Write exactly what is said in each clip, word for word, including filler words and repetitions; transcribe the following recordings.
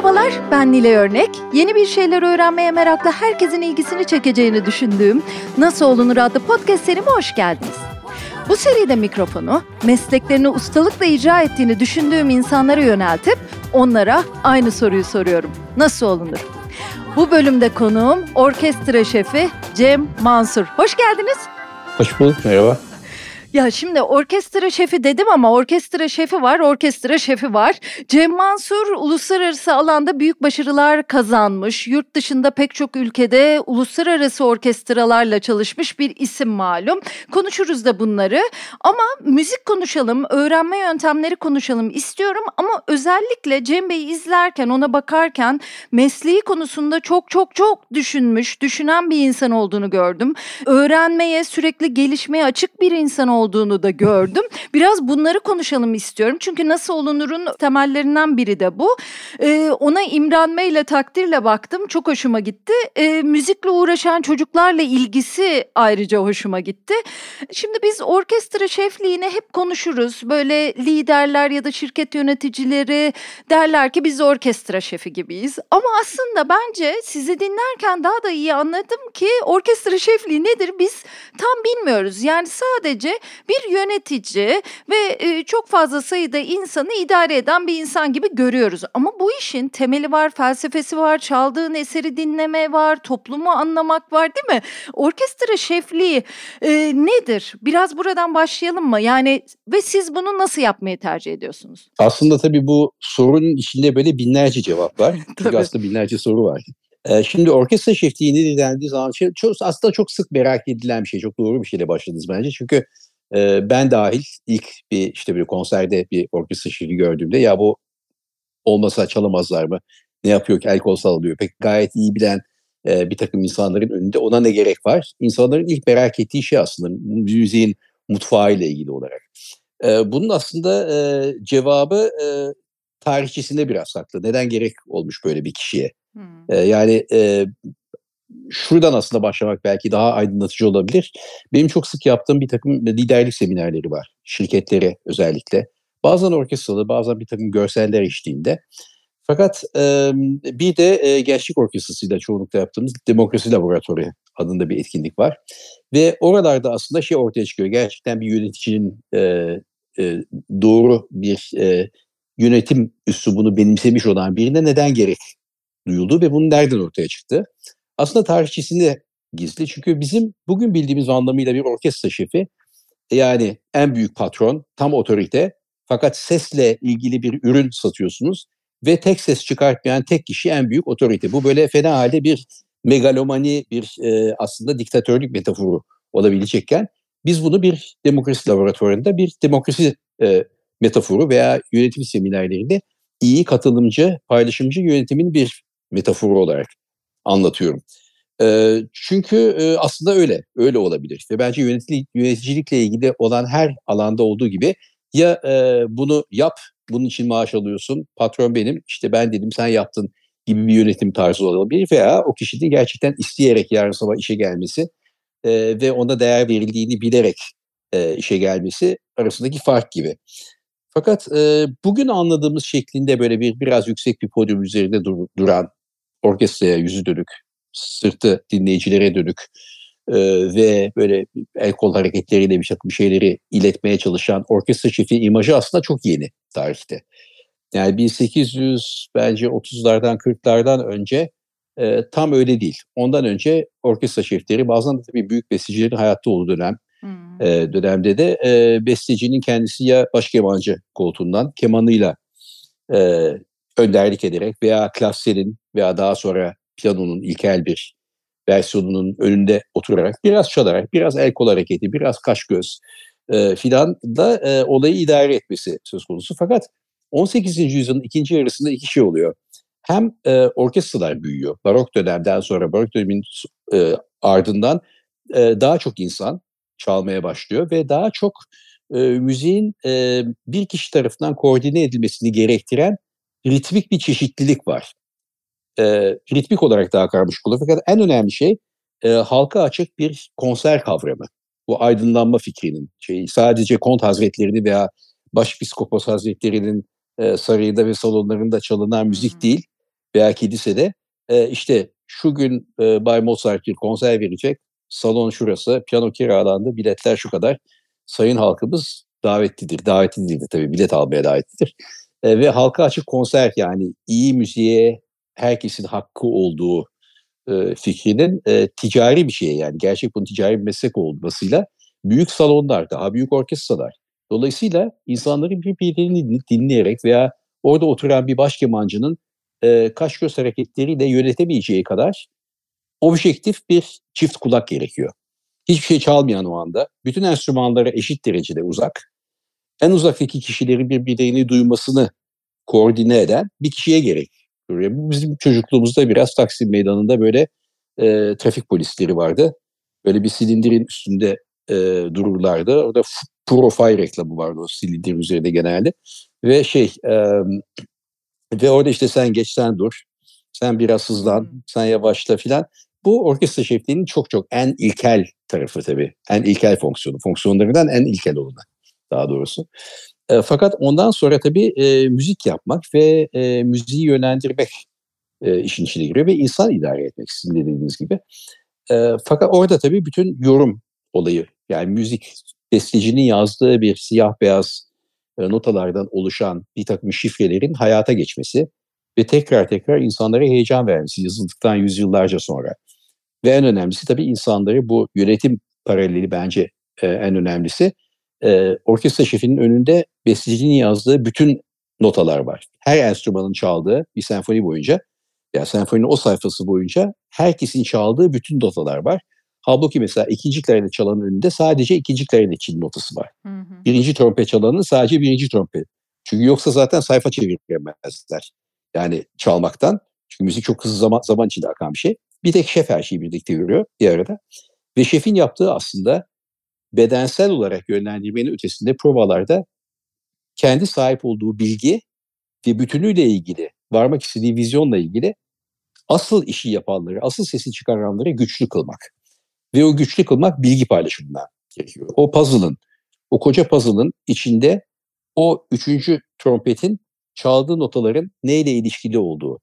Merhabalar, ben Nilay Örnek. Yeni bir şeyler öğrenmeye meraklı herkesin ilgisini çekeceğini düşündüğüm Nasıl Olunur adlı podcast serime hoş geldiniz. Bu seride mikrofonu mesleklerini ustalıkla icra ettiğini düşündüğüm insanlara yöneltip onlara aynı soruyu soruyorum. Nasıl olunur? Bu bölümde konuğum orkestra şefi Cem Mansur. Hoş geldiniz. Hoş bulduk, merhaba. Ya şimdi orkestra şefi dedim ama orkestra şefi var, orkestra şefi var. Cem Mansur uluslararası alanda büyük başarılar kazanmış. Yurt dışında pek çok ülkede uluslararası orkestralarla çalışmış bir isim malum. Konuşuruz da bunları ama müzik konuşalım, öğrenme yöntemleri konuşalım istiyorum. Ama özellikle Cem Bey'i izlerken, ona bakarken mesleği konusunda çok çok çok düşünmüş, düşünen bir insan olduğunu gördüm. Öğrenmeye, sürekli gelişmeye açık bir insan olduğunu olduğunu da gördüm. Biraz bunları konuşalım istiyorum. Çünkü Nasıl Olunur'un temellerinden biri de bu. Ee, ona imrenmeyle, takdirle baktım. Çok hoşuma gitti. Ee, müzikle uğraşan çocuklarla ilgisi ayrıca hoşuma gitti. Şimdi biz orkestra şefliğini hep konuşuruz. Böyle liderler ya da şirket yöneticileri derler ki biz orkestra şefi gibiyiz. Ama aslında bence sizi dinlerken daha da iyi anladım ki orkestra şefliği nedir biz tam bilmiyoruz. Yani sadece bir yönetici ve e, çok fazla sayıda insanı idare eden bir insan gibi görüyoruz. Ama bu işin temeli var, felsefesi var, çaldığın eseri dinleme var, toplumu anlamak var, değil mi? Orkestra şefliği e, nedir? Biraz buradan başlayalım mı? Yani ve siz bunu nasıl yapmayı tercih ediyorsunuz? Aslında tabii bu sorunun içinde böyle binlerce cevap var. Çünkü aslında binlerce soru var. Ee, şimdi orkestra şefliği ne dendiği zaman şey, çok, aslında çok sık merak edilen bir şey. Çok doğru bir şeyle başladınız bence. Çünkü e, ben dahil ilk bir işte bir konserde bir orkestra şefi gördüğümde ya bu olmasa çalamazlar mı? Ne yapıyor ki? El kol sallıyor. Pek gayet iyi bilen e, bir takım insanların önünde ona ne gerek var? İnsanların ilk merak ettiği şey aslında müziğin mutfağı ile ilgili olarak. E, bunun aslında e, cevabı e, tarihçesinde biraz saklı. Neden gerek olmuş böyle bir kişiye? Hmm. E, yani e, şuradan aslında başlamak belki daha aydınlatıcı olabilir. Benim çok sık yaptığım bir takım liderlik seminerleri var. Şirketlere özellikle. Bazen orkestralı, bazen bir takım görseller eşliğinde. Fakat e, bir de e, gençlik orkestrasıyla çoğunlukla yaptığımız Demokrasi Laboratuvarı adında bir etkinlik var. Ve oralarda aslında şey ortaya çıkıyor. Gerçekten bir yöneticinin e, e, doğru bir e, yönetim üslubunu benimsemiş olan birine neden gerek duyuldu ve bunun nereden ortaya çıktı? Aslında tarihçesinde gizli. Çünkü bizim bugün bildiğimiz anlamıyla bir orkestra şefi, yani en büyük patron, tam otorite, fakat sesle ilgili bir ürün satıyorsunuz ve tek ses çıkartmayan tek kişi en büyük otorite. Bu böyle fena halde bir megalomani, bir e, aslında diktatörlük metaforu olabilecekken biz bunu bir demokrasi laboratuvarında bir demokrasi e, metaforu veya yönetim seminerlerinde iyi katılımcı, paylaşımcı yönetimin bir metaforu olarak anlatıyorum. E, çünkü e, aslında öyle, öyle olabilir. Ve bence yönetici, yöneticilikle ilgili olan her alanda olduğu gibi ya e, bunu yap, bunun için maaş alıyorsun, patron benim, işte ben dedim sen yaptın gibi bir yönetim tarzı olabilir. Veya o kişinin gerçekten isteyerek yarın sabah işe gelmesi e, ve ona değer verildiğini bilerek e, işe gelmesi arasındaki fark gibi. Fakat e, bugün anladığımız şeklinde böyle bir biraz yüksek bir podyum üzerinde dur, duran, orkestraya yüzü dönük, sırtı dinleyicilere dönük e, ve böyle el kol hareketleriyle bir bir şeyleri iletmeye çalışan orkestra şefi imajı aslında çok yeni tarihte. Yani bin sekiz yüz bence otuzlardan kırklardan önce e, tam öyle değil. Ondan önce orkestra şefleri bazen de tabii büyük bestecilerin hayatta olduğu dönem hmm. e, dönemde de e, bestecinin kendisi ya baş kemancı koltuğundan kemanıyla e, önderlik ederek veya klaslerin veya daha sonra piyanonun ilkel bir versiyonunun önünde oturarak biraz çalarak, biraz el kol hareketi, biraz kaş göz e, filan da e, olayı idare etmesi söz konusu. Fakat on sekizinci yüzyılın ikinci yarısında iki şey oluyor. Hem e, orkestralar büyüyor. Barok dönemden sonra, barok dönemin e, ardından e, daha çok insan çalmaya başlıyor ve daha çok e, müziğin e, bir kişi tarafından koordine edilmesini gerektiren ritmik bir çeşitlilik var. E, ritmik olarak daha karmaşık oluyor. Fakat en önemli şey e, halka açık bir konser kavramı. Bu aydınlanma fikrinin şeyi, sadece kont hazretlerini veya başpiskopos hazretlerinin e, sarayında ve salonlarında çalınan müzik hmm. değil, veya kilisede e, işte şu gün e, Bay Mozart bir konser verecek, salon şurası, piyano kiralandı, biletler şu kadar, sayın halkımız davetlidir. Davetli değildir tabii, bilet almaya davetlidir. E, ve halka açık konser, yani iyi müziğe herkesin hakkı olduğu e, fikrinin e, ticari bir şey, yani gerçek bunun ticari bir meslek olmasıyla büyük salonlar, daha büyük orkestralar. Dolayısıyla insanların birbirlerini dinleyerek veya orada oturan bir baş kemancının e, kaş göz hareketleriyle yönetemeyeceği kadar objektif bir çift kulak gerekiyor. Hiçbir şey çalmayan o anda, bütün enstrümanlara eşit derecede uzak, en uzaktaki kişilerin birbirlerini duymasını koordine eden bir kişiye gerek. Bizim çocukluğumuzda biraz Taksim Meydanı'nda böyle e, trafik polisleri vardı. Böyle bir silindirin üstünde e, dururlardı. Orada Profile reklamı vardı o silindirin üzerinde genelde. Ve şey e, ve orada işte sen geç, sen dur, sen biraz hızlan, hmm. sen yavaşla filan. Bu orkestra şefliğinin çok çok en ilkel tarafı tabii. En ilkel fonksiyonu. Fonksiyonlarından en ilkel olanı daha doğrusu. E, fakat ondan sonra tabii e, müzik yapmak ve e, müziği yönlendirmek e, işin içine giriyor ve insan idare etmek, sizin dediğiniz gibi. E, fakat orada tabii bütün yorum olayı, yani müzik bestecinin yazdığı bir siyah beyaz e, notalardan oluşan bir takım şifrelerin hayata geçmesi ve tekrar tekrar insanlara heyecan vermesi yazıldıktan yüzyıllarca sonra. Ve en önemlisi tabii insanları bu yönetim paraleli bence e, en önemlisi. E, orkestra şefinin önünde bestecinin yazdığı bütün notalar var. Her enstrümanın çaldığı bir senfoni boyunca, ya senfoninin o sayfası boyunca herkesin çaldığı bütün notalar var. Halbuki mesela ikinci klarnet çalanın önünde sadece ikinci klarnetçinin notası var. Hı hı. Birinci trompet çalanın sadece birinci trompet. Çünkü yoksa zaten sayfa çeviremezler. Yani çalmaktan. Çünkü müzik çok hızlı zaman, zaman içinde akan bir şey. Bir tek şef her şeyi birlikte görüyor bir arada. Ve şefin yaptığı aslında bedensel olarak yönlendirmenin ötesinde provalarda kendi sahip olduğu bilgi ve bütünüyle ilgili, varmak istediği vizyonla ilgili asıl işi yapanları, asıl sesi çıkaranları güçlü kılmak. Ve o güçlü kılmak bilgi paylaşımından gerekiyor. O puzzle'ın, o koca puzzle'ın içinde o üçüncü trompetin çaldığı notaların neyle ilişkili olduğu,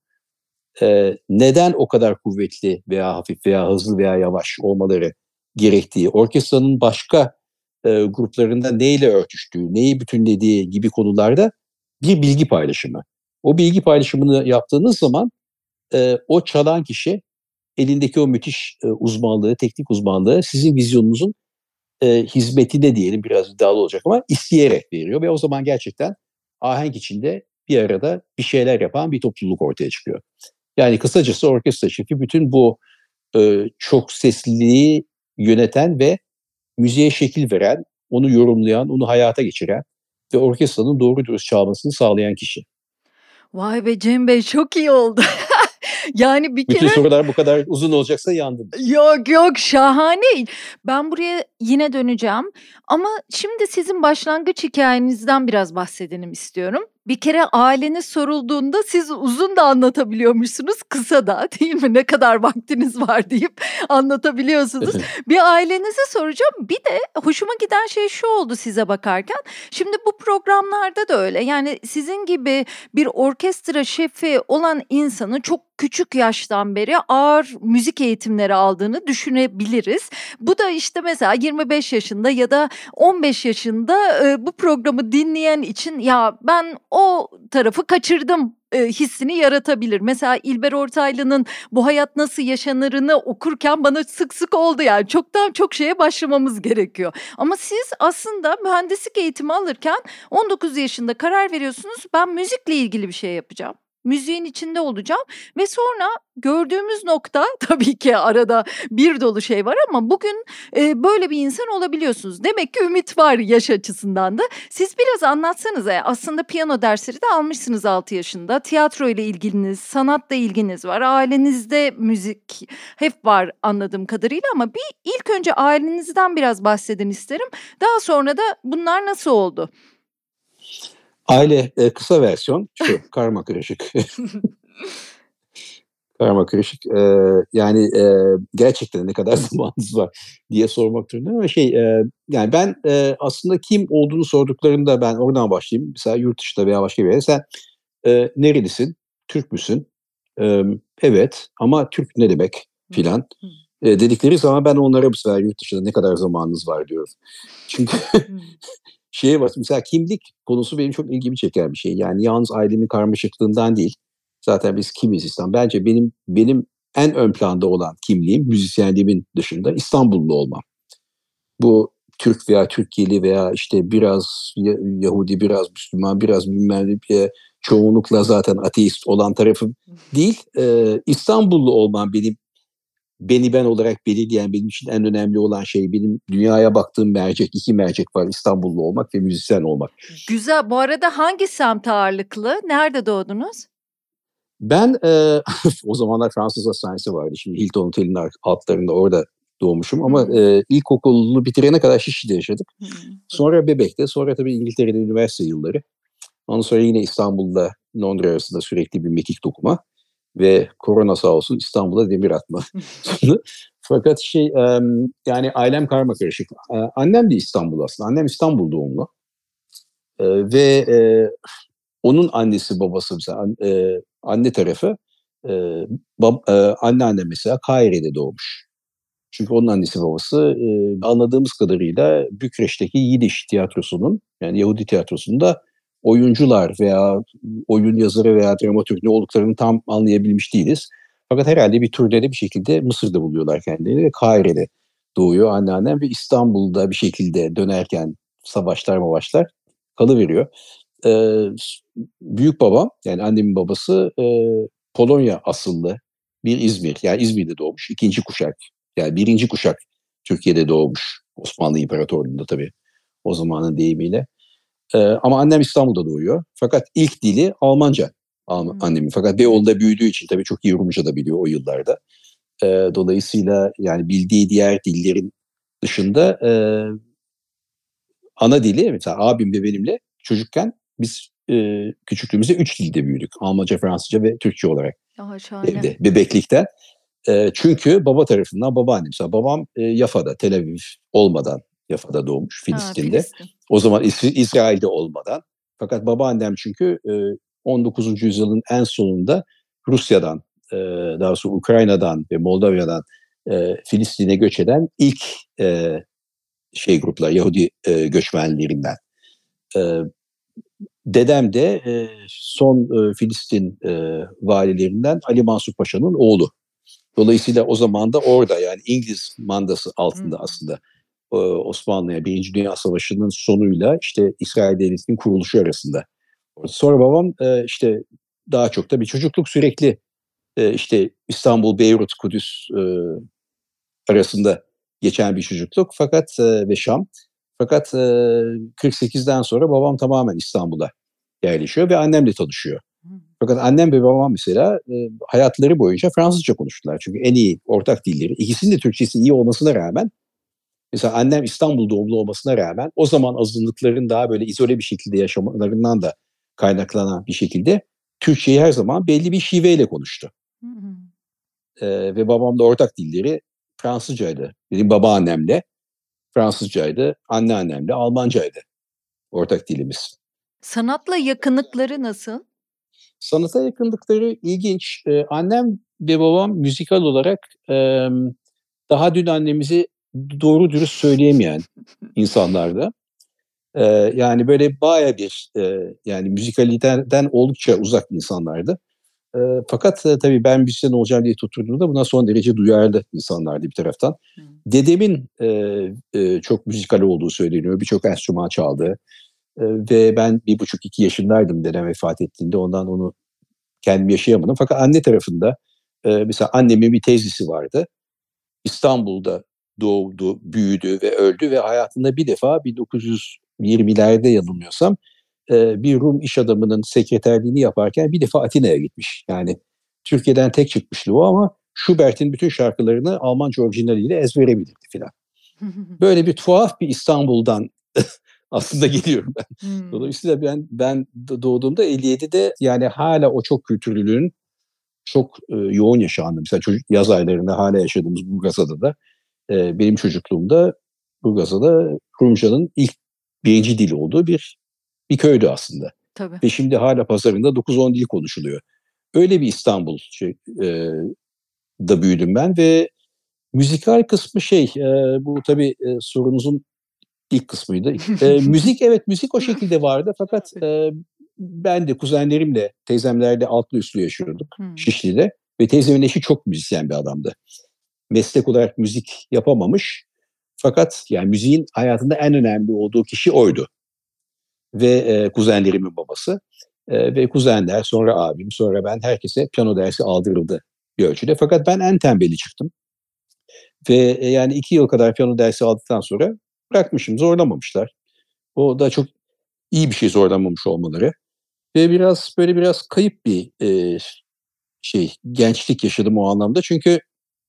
e, neden o kadar kuvvetli veya hafif veya hızlı veya yavaş olmaları gerektiği, orkestranın başka e, gruplarında neyle örtüştüğü, neyi bütünlediği gibi konularda bir bilgi paylaşımı. O bilgi paylaşımını yaptığınız zaman e, o çalan kişi elindeki o müthiş e, uzmanlığı, teknik uzmanlığı sizin vizyonunuzun e, hizmetine diyelim, biraz iddialı olacak ama isteyerek veriyor ve o zaman gerçekten ahenk içinde bir arada bir şeyler yapan bir topluluk ortaya çıkıyor. Yani kısacası orkestra şefi bütün bu e, çok sesliliği yöneten ve müziğe şekil veren, onu yorumlayan, onu hayata geçiren ve orkestranın doğru dürüst çalmasını sağlayan kişi. Vay be Cem Bey, çok iyi oldu. Yani bir Bütün kere... sorular bu kadar uzun olacaksa yandım. Yok yok, şahane. Ben buraya yine döneceğim. Ama şimdi sizin başlangıç hikayenizden biraz bahsedelim istiyorum. Bir kere aileniz sorulduğunda siz uzun da anlatabiliyormuşsunuz, kısa da, değil mi? Ne kadar vaktiniz var deyip anlatabiliyorsunuz. Bir ailenize soracağım. Bir de hoşuma giden şey şu oldu size bakarken. Şimdi bu programlarda da öyle. Yani sizin gibi bir orkestra şefi olan insanı çok küçük yaştan beri ağır müzik eğitimleri aldığını düşünebiliriz. Bu da işte mesela yirmi beş yaşında ya da on beş yaşında e, bu programı dinleyen için ya ben o tarafı kaçırdım e, hissini yaratabilir. Mesela İlber Ortaylı'nın Bu Hayat Nasıl Yaşanır'ını okurken bana sık sık oldu, yani çoktan çok şeye başlamamız gerekiyor. Ama siz aslında mühendislik eğitimi alırken on dokuz yaşında karar veriyorsunuz, ben müzikle ilgili bir şey yapacağım. Müziğin içinde olacağım ve sonra gördüğümüz nokta, tabii ki arada bir dolu şey var ama bugün e, böyle bir insan olabiliyorsunuz. Demek ki ümit var yaş açısından da. Siz biraz anlatsanıza, aslında piyano dersleri de almışsınız altı yaşında. Tiyatro ile ilginiz, sanatla ilginiz var. Ailenizde müzik hep var anladığım kadarıyla ama bir ilk önce ailenizden biraz bahsedin isterim. Daha sonra da bunlar nasıl oldu? Aile e, kısa versiyon şu, karma karışık. karma karışık. E, yani e, gerçekten ne kadar zamanınız var diye sormak durumundayım ama şey e, yani ben e, aslında kim olduğunu sorduklarında ben oradan başlayayım. Mesela yurt dışında veya başka bir yerde sen e, nerelisin? Türk müsün? e, evet ama Türk ne demek filan e, dedikleri zaman ben onlara bu sefer yurt dışında ne kadar zamanınız var diyorum. Çünkü şeye bak, mesela kimlik konusu benim çok ilgimi çeken bir şey. Yani yalnız ailemin karmaşıklığından değil. Zaten biz kimiz İslam? Bence benim benim en ön planda olan kimliğim, müzisyenliğimin dışında İstanbullu olmam. Bu Türk veya Türkiye'li veya işte biraz Yahudi, biraz Müslüman, biraz bilmem ne, çoğunlukla zaten ateist olan tarafım değil. Ee, İstanbullu olmam benim beni ben olarak belirleyen, benim için en önemli olan şey, benim dünyaya baktığım mercek, iki mercek var: İstanbullu olmak ve müzisyen olmak. Güzel. Bu arada hangi semt ağırlıklı? Nerede doğdunuz? Ben e, o zamanlar Fransız Hastanesi vardı. Şimdi Hilton Otel'in altlarında, orada doğmuşum. Ama hmm. e, ilkokulunu bitirene kadar Şişli'de yaşadık. Hmm. Sonra Bebek'te, sonra tabii İngiltere'de üniversite yılları. Ondan sonra yine İstanbul'da, Londra arasında sürekli bir mekik dokuma. Ve korona sağ olsun İstanbul'a demir atma. Fakat şey e, yani ailem karma karışık. E, annem de İstanbul aslında. Annem İstanbul doğumlu. E, ve e, onun annesi babası mesela e, anne tarafı e, bab, e, anneannem mesela Kahire'de doğmuş. Çünkü onun annesi babası e, anladığımız kadarıyla Bükreş'teki Yiddiş tiyatrosunun, yani Yahudi tiyatrosunda oyuncular veya oyun yazarı veya dramatürk ne olduklarını tam anlayabilmiş değiliz. Fakat herhalde bir turnede bir şekilde Mısır'da buluyorlar kendilerini ve Kahire'de doğuyor anneannem ve İstanbul'da bir şekilde dönerken savaşlar mavaşlar kalıveriyor. Ee, büyük babam, yani annemin babası e, Polonya asıllı bir İzmir, yani İzmir'de doğmuş, ikinci kuşak, yani birinci kuşak Türkiye'de doğmuş, Osmanlı İmparatorluğu'nda tabii o zamanın deyimiyle. Ee, ama annem İstanbul'da doğuyor. Fakat ilk dili Almanca hmm. annemin. Fakat Beyoğlu'nda büyüdüğü için tabii çok iyi Rumca da biliyor o yıllarda. Ee, dolayısıyla yani bildiği diğer dillerin dışında e, ana dili, mesela abim ve benimle çocukken biz e, küçüklüğümüzde üç dilde büyüdük. Almanca, Fransızca ve Türkçe olarak. Daha şahane. Evde, bebeklikten. E, çünkü baba tarafından babaannem, mesela babam e, Yafa'da, Tel Aviv olmadan Yafa'da doğmuş, Filistin'de. Ha, Filistin. O zaman İs- İsrail'de olmadan. Fakat babaannem çünkü e, on dokuzuncu yüzyılın en sonunda Rusya'dan, e, daha sonra Ukrayna'dan ve Moldova'dan e, Filistin'e göç eden ilk e, şey gruplar, Yahudi e, göçmenlerinden. E, dedem de e, son e, Filistin e, valilerinden Ali Mansur Paşa'nın oğlu. Dolayısıyla o zaman da orada, yani İngiliz mandası altında hmm. aslında e, Osmanlı'ya Birinci Dünya Savaşı'nın sonuyla işte İsrail Devleti'nin kuruluşu arasında. Sonra babam e, işte daha çok da bir çocukluk sürekli e, işte İstanbul, Beyrut, Kudüs e, arasında geçen bir çocukluk, fakat e, ve Şam. Fakat e, kırk sekizden sonra babam tamamen İstanbul'a yerleşiyor ve annemle tanışıyor. Fakat annem ve babam mesela e, hayatları boyunca Fransızca konuştular. Çünkü en iyi ortak dilleri. İkisinin de Türkçesi iyi olmasına rağmen, mesela annem İstanbul doğumlu olmasına rağmen o zaman azınlıkların daha böyle izole bir şekilde yaşamalarından da kaynaklanan bir şekilde Türkçeyi her zaman belli bir şiveyle konuştu. Hı hı. E, ve babamla ortak dilleri Fransızcaydı. Benim babaannemle Fransızcaydı, anneannemle Almancaydı ortak dilimiz. Sanatla yakınlıkları nasıl? Sanata yakınlıkları ilginç. Ee, annem ve babam müzikal olarak e, daha dün annemizi doğru dürüst söyleyemeyen insanlardı. Ee, yani böyle baya bir e, yani müzikaliteden oldukça uzak insanlardı. E, fakat e, tabii ben müzisyen olacağım diye tutturduğumda buna son derece duyarlı insanlardı bir taraftan. Hmm. Dedemin e, e, çok müzikal olduğu söyleniyor. Birçok enstrüman çaldı. E, ve ben bir buçuk iki yaşındaydım dedem vefat ettiğinde. Ondan onu kendim yaşayamadım. Fakat anne tarafında e, mesela annemin bir teyzesi vardı. İstanbul'da doğdu, büyüdü ve öldü ve hayatında bir defa bin dokuz yüz yirmilerde yanılmıyorsam e, bir Rum iş adamının sekreterliğini yaparken bir defa Atina'ya gitmiş. Yani Türkiye'den tek çıkmıştı o, ama Schubert'in bütün şarkılarını Almanca orijinaliyle ezbere bilirdi filan. Böyle bir tuhaf bir İstanbul'dan aslında geliyorum ben. Hmm. Dolayısıyla ben ben doğduğumda elli yedide yani hala o çok kültürlülüğün çok e, yoğun yaşandı. Mesela çocuk yaz aylarında hala yaşadığımız Burgazada'da da e, benim çocukluğumda Burgazada Rumca'nın ilk birinci dili olduğu bir bir köydü aslında. Tabii. Ve şimdi hala pazarında dokuz on dil konuşuluyor. Öyle bir İstanbul şey, e, da büyüdüm ben ve müzikal kısmı şey, e, bu tabii e, sorunuzun ilk kısmıydı. E, müzik evet müzik o şekilde vardı fakat e, ben de kuzenlerimle, teyzemlerle altlı üstlü yaşıyorduk Hmm. Şişli'de ve teyzemin eşi çok müzisyen bir adamdı. Meslek olarak müzik yapamamış fakat yani müziğin hayatında en önemli olduğu kişi oydu. Ve e, kuzenlerimin babası e, ve kuzenler sonra abim sonra ben herkese piyano dersi aldırıldı bir ölçüde. Fakat ben en tembeli çıktım ve e, yani iki yıl kadar piyano dersi aldıktan sonra bırakmışım, zorlamamışlar. O da çok iyi bir şey, zorlamamış olmaları ve biraz böyle biraz kayıp bir e, şey gençlik yaşadım o anlamda çünkü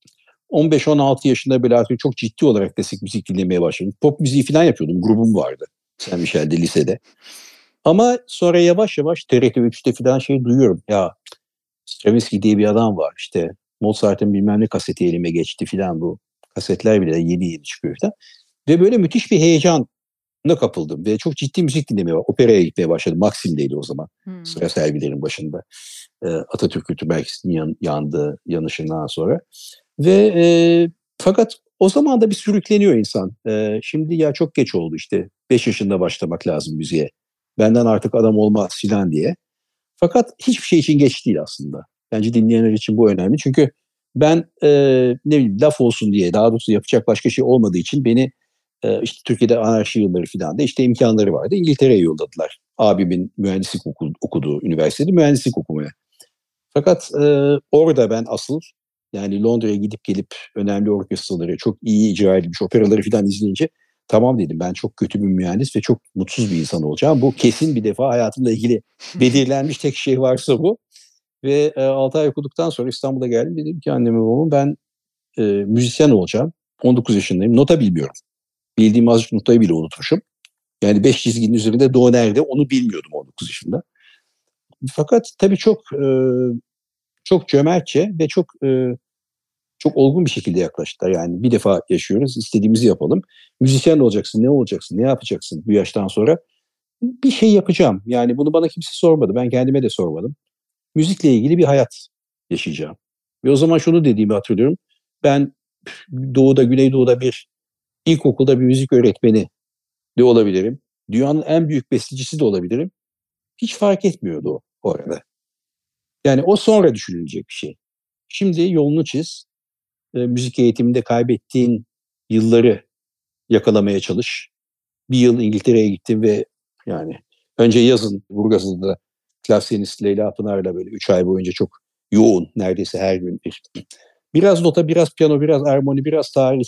on beş on altı yaşında böyle artık çok ciddi olarak klasik müzik dinlemeye başladım. Pop müziği falan yapıyordum, grubum vardı Saint Michel'de lisede. Ama sonra yavaş yavaş T R T üçte falan şey duyuyorum. Ya Stravinsky diye bir adam var işte. Mozart'ın bilmem ne kaseti elime geçti filan bu. Kasetler bile yeni yeni çıkıyor falan. Ve böyle müthiş bir heyecanla kapıldım. Ve çok ciddi müzik dinlemeye, operaya gitmeye başladım. Maksim'deydi o zaman. Hmm. Sıra sergilerin başında. Ee, Atatürk Kültür Merkezi'nin yan, yandığı yanışından sonra. Ve e, fakat o zaman da bir sürükleniyor insan. E, şimdi ya çok geç oldu işte. Beş yaşında başlamak lazım müziğe. Benden artık adam olmaz filan diye. Fakat hiçbir şey için geç değil aslında. Bence dinleyenler için bu önemli. Çünkü ben e, ne bileyim laf olsun diye, daha doğrusu yapacak başka şey olmadığı için beni e, işte Türkiye'de anarşi yılları filan da işte imkanları vardı. İngiltere'ye yolladılar. Abimin mühendislik oku, okuduğu üniversitede mühendislik okumaya. Fakat e, orada ben asıl yani Londra'ya gidip gelip önemli orkestraları, çok iyi icra edilmiş operaları filan izleyince tamam dedim, ben çok kötü bir mühendis ve çok mutsuz bir insan olacağım. Bu kesin bir defa hayatımla ilgili belirlenmiş tek şey varsa bu. Ve e, altı ay okuduktan sonra İstanbul'a geldim. Dedim ki anneme babama ben e, müzisyen olacağım. on dokuz yaşındayım. Nota bilmiyorum. Bildiğim azıcık notayı bile unutmuşum. Yani beş çizginin üzerinde do nerede onu bilmiyordum on dokuz yaşında. Fakat tabii çok e, çok cömertçe ve çok e, çok olgun bir şekilde yaklaştılar. Yani bir defa yaşıyoruz, istediğimizi yapalım. Müzisyen olacaksın, ne olacaksın, ne yapacaksın bu yaştan sonra? Bir şey yapacağım. Yani bunu bana kimse sormadı. Ben kendime de sormadım. Müzikle ilgili bir hayat yaşayacağım. Ve o zaman şunu dediğimi hatırlıyorum. Ben Doğu'da, Güneydoğu'da bir ilkokulda bir müzik öğretmeni de olabilirim. Dünyanın en büyük bestecisi de olabilirim. Hiç fark etmiyordu o, o arada. Yani o sonra düşünülecek bir şey. Şimdi yolunu çiz. E, müzik eğitiminde kaybettiğin yılları yakalamaya çalış. Bir yıl İngiltere'ye gittim ve yani önce yazın Burgaz'da klasyenist Leyla Pınar'la böyle üç ay boyunca çok yoğun, neredeyse her gün bir. Biraz nota, biraz piyano, biraz armoni, biraz tarih.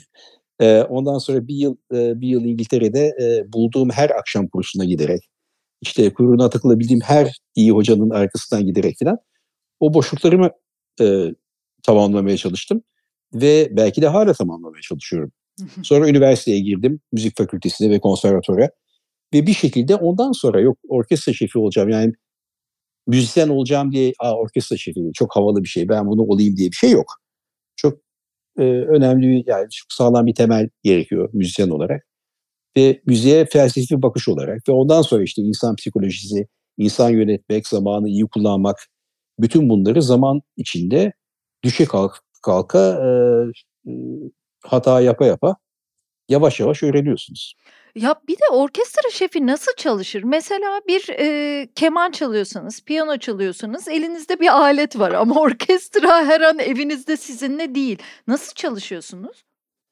e, ondan sonra bir yıl e, bir yıl İngiltere'de e, bulduğum her akşam kursuna giderek, işte kuyruğuna takılabildiğim her iyi hocanın arkasından giderek falan o boşluklarımı e, tamamlamaya çalıştım ve belki de hala tamamlamaya çalışıyorum. Sonra üniversiteye girdim, müzik fakültesine ve konservatuvara ve bir şekilde ondan sonra yok orkestra şefi olacağım yani müzisyen olacağım diye Aa, orkestra şefi çok havalı bir şey, ben bunu olayım diye bir şey yok. Çok e, önemli bir yani çok sağlam bir temel gerekiyor müzisyen olarak ve müziğe felsefi bir bakış olarak ve ondan sonra işte insan psikolojisi, insan yönetmek, zamanı iyi kullanmak, bütün bunları zaman içinde düşe kalk, kalka e, e, hata yapa yapa yavaş yavaş öğreniyorsunuz. Ya bir de orkestra şefi nasıl çalışır? Mesela bir e, keman çalıyorsanız, piyano çalıyorsanız elinizde bir alet var ama orkestra her an evinizde sizinle değil. Nasıl çalışıyorsunuz?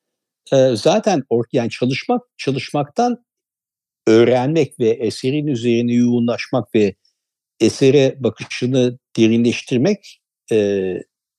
E, zaten or, yani çalışmak çalışmaktan öğrenmek ve eserin üzerine yoğunlaşmak ve esere bakışını derinleştirmek e,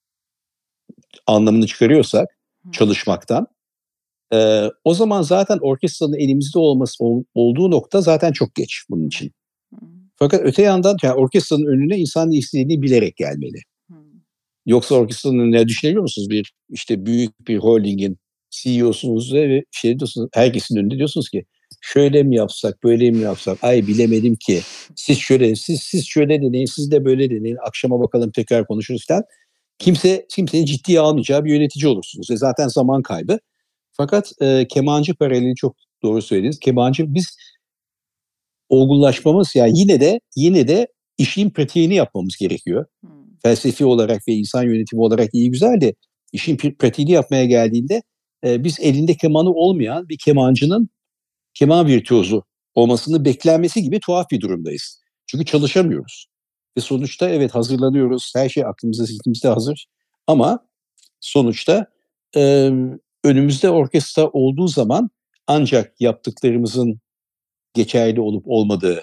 anlamını çıkarıyorsak Hmm. çalışmaktan, e, o zaman zaten orkestranın elimizde olması ol, olduğu nokta zaten çok geç bunun için. Hmm. Fakat öte yandan yani orkestranın önüne insan ne istediğini bilerek gelmeli. Hmm. Yoksa orkestranın önüne düşünebiliyor musunuz? Bir işte büyük bir holdingin C E O'sunuz ve şey diyorsunuz, herkesin önünde diyorsunuz ki şöyle mi yapsak, böyle mi yapsak? Ay bilemedim ki. Siz şöyle, siz siz şöyle deneyin, siz de böyle deneyin. Akşama bakalım tekrar konuşuruz falan. Kimse kimsenin ciddiye almayacağı bir yönetici olursunuz. Ve zaten zaman kaybı. Fakat e, kemancı paraleli çok doğru söylediniz. Kemancı biz olgunlaşmamız yani yine de yine de işin pratiğini yapmamız gerekiyor. Hmm. felsefi olarak ve insan yönetimi olarak iyi güzel de işin pratiğini yapmaya geldiğinde e, biz elinde kemanı olmayan bir kemancının keman virtüozu olmasını beklenmesi gibi tuhaf bir durumdayız. Çünkü çalışamıyoruz. Ve sonuçta evet hazırlanıyoruz. Her şey aklımızda, zihnimizde hazır. Ama sonuçta e, önümüzde orkestra olduğu zaman ancak yaptıklarımızın geçerli olup olmadığını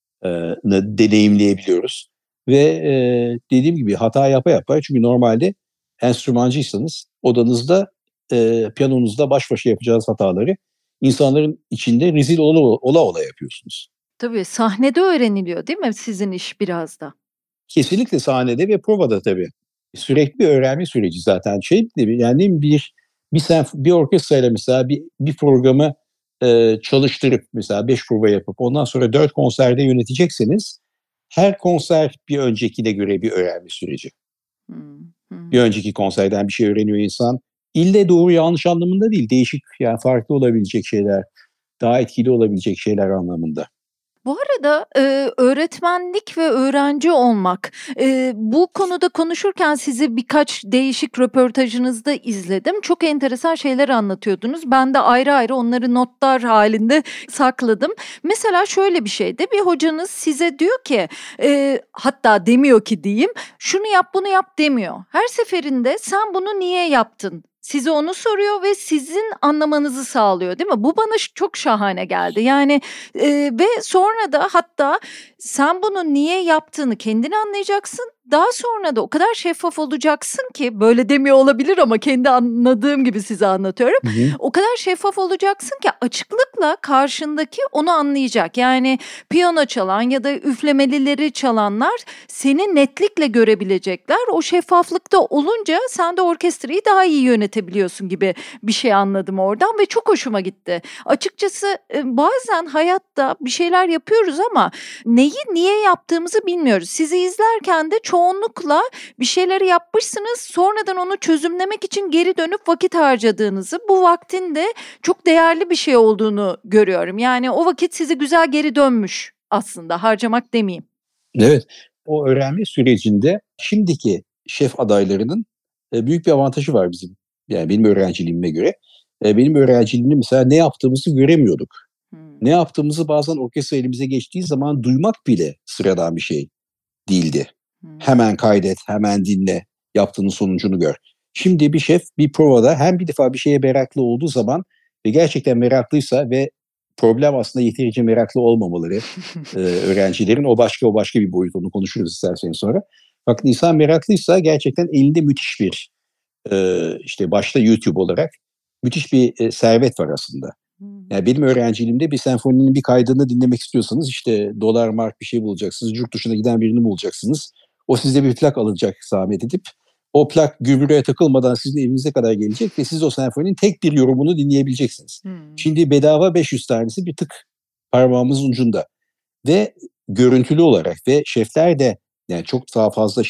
deneyimleyebiliyoruz. Ve e, dediğim gibi hata yapa yapa, çünkü normalde enstrümancıysanız odanızda e, piyanonuzda baş başa yapacağınız hataları insanların içinde rezil ola ola, ola yapıyorsunuz. Tabii sahnede öğreniliyor değil mi sizin iş biraz da? Kesinlikle sahnede ve provada tabii. Sürekli bir öğrenme süreci zaten. Şey, yani bir bir sen bir orkestrayla mesela bir bir programı e, çalıştırıp mesela beş prova yapıp ondan sonra dört konserde yönetecekseniz her konser bir öncekine göre bir öğrenme süreci. Hmm, hmm. Bir önceki konserden bir şey öğreniyor insan. İlle doğru yanlış anlamında değil, değişik yani farklı olabilecek şeyler, daha etkili olabilecek şeyler anlamında. Bu arada e, öğretmenlik ve öğrenci olmak, e, bu konuda konuşurken sizi birkaç değişik röportajınızda izledim. Çok enteresan şeyler anlatıyordunuz. Ben de ayrı ayrı onları notlar halinde sakladım. Mesela şöyle bir şeydi, bir hocanız size diyor ki, e, hatta demiyor ki diyeyim, şunu yap bunu yap demiyor. Her seferinde sen bunu niye yaptın? Size onu soruyor ve sizin anlamanızı sağlıyor, değil mi? Bu bana çok şahane geldi. Yani e, ve sonra da hatta sen bunu niye yaptığını kendin anlayacaksın. Daha sonra da o kadar şeffaf olacaksın ki, böyle demiyor olabilir ama kendi anladığım gibi size anlatıyorum. Hı hı. O kadar şeffaf olacaksın ki açıklıkla karşındaki onu anlayacak. Yani piyano çalan ya da üflemelileri çalanlar seni netlikle görebilecekler. O şeffaflıkta olunca sen de orkestrayı daha iyi yönetebiliyorsun gibi bir şey anladım oradan ve çok hoşuma gitti. Açıkçası bazen hayatta bir şeyler yapıyoruz ama neyi niye yaptığımızı bilmiyoruz. Sizi izlerken de çoğunlukla bir şeyleri yapmışsınız, sonradan onu çözümlemek için geri dönüp vakit harcadığınızı, bu vaktin de çok değerli bir şey olduğunu görüyorum. Yani o vakit sizi güzel geri dönmüş aslında, harcamak demeyeyim. Evet, o öğrenme sürecinde şimdiki şef adaylarının büyük bir avantajı var bizim. Yani benim öğrenciliğime göre. Benim öğrenciliğimde mesela ne yaptığımızı göremiyorduk. Hmm. Ne yaptığımızı bazen orkestra elimize geçtiği zaman duymak bile sıradan bir şey değildi. Hmm. Hemen kaydet, hemen dinle, yaptığının sonucunu gör. Şimdi bir şef bir provada hem bir defa bir şeye meraklı olduğu zaman ve gerçekten meraklıysa ve problem aslında yeterince meraklı olmamaları e, öğrencilerin, o başka o başka bir boyut, onu konuşuruz isterseniz sonra. Fakat insan meraklıysa gerçekten elinde müthiş bir e, işte başta YouTube olarak müthiş bir e, servet var aslında. Yani benim öğrenciliğimde bir senfoninin bir kaydını dinlemek istiyorsanız işte dolar mark bir şey bulacaksınız. Yurt dışına giden birini bulacaksınız. O size bir plak alacak zahmet edip. O plak gübreye takılmadan sizin evinize kadar gelecek ve siz o senfoninin tek bir yorumunu dinleyebileceksiniz. Hmm. Şimdi bedava beş yüz tanesi bir tık parmağımızın ucunda. Ve görüntülü olarak ve şefler de yani çok daha fazla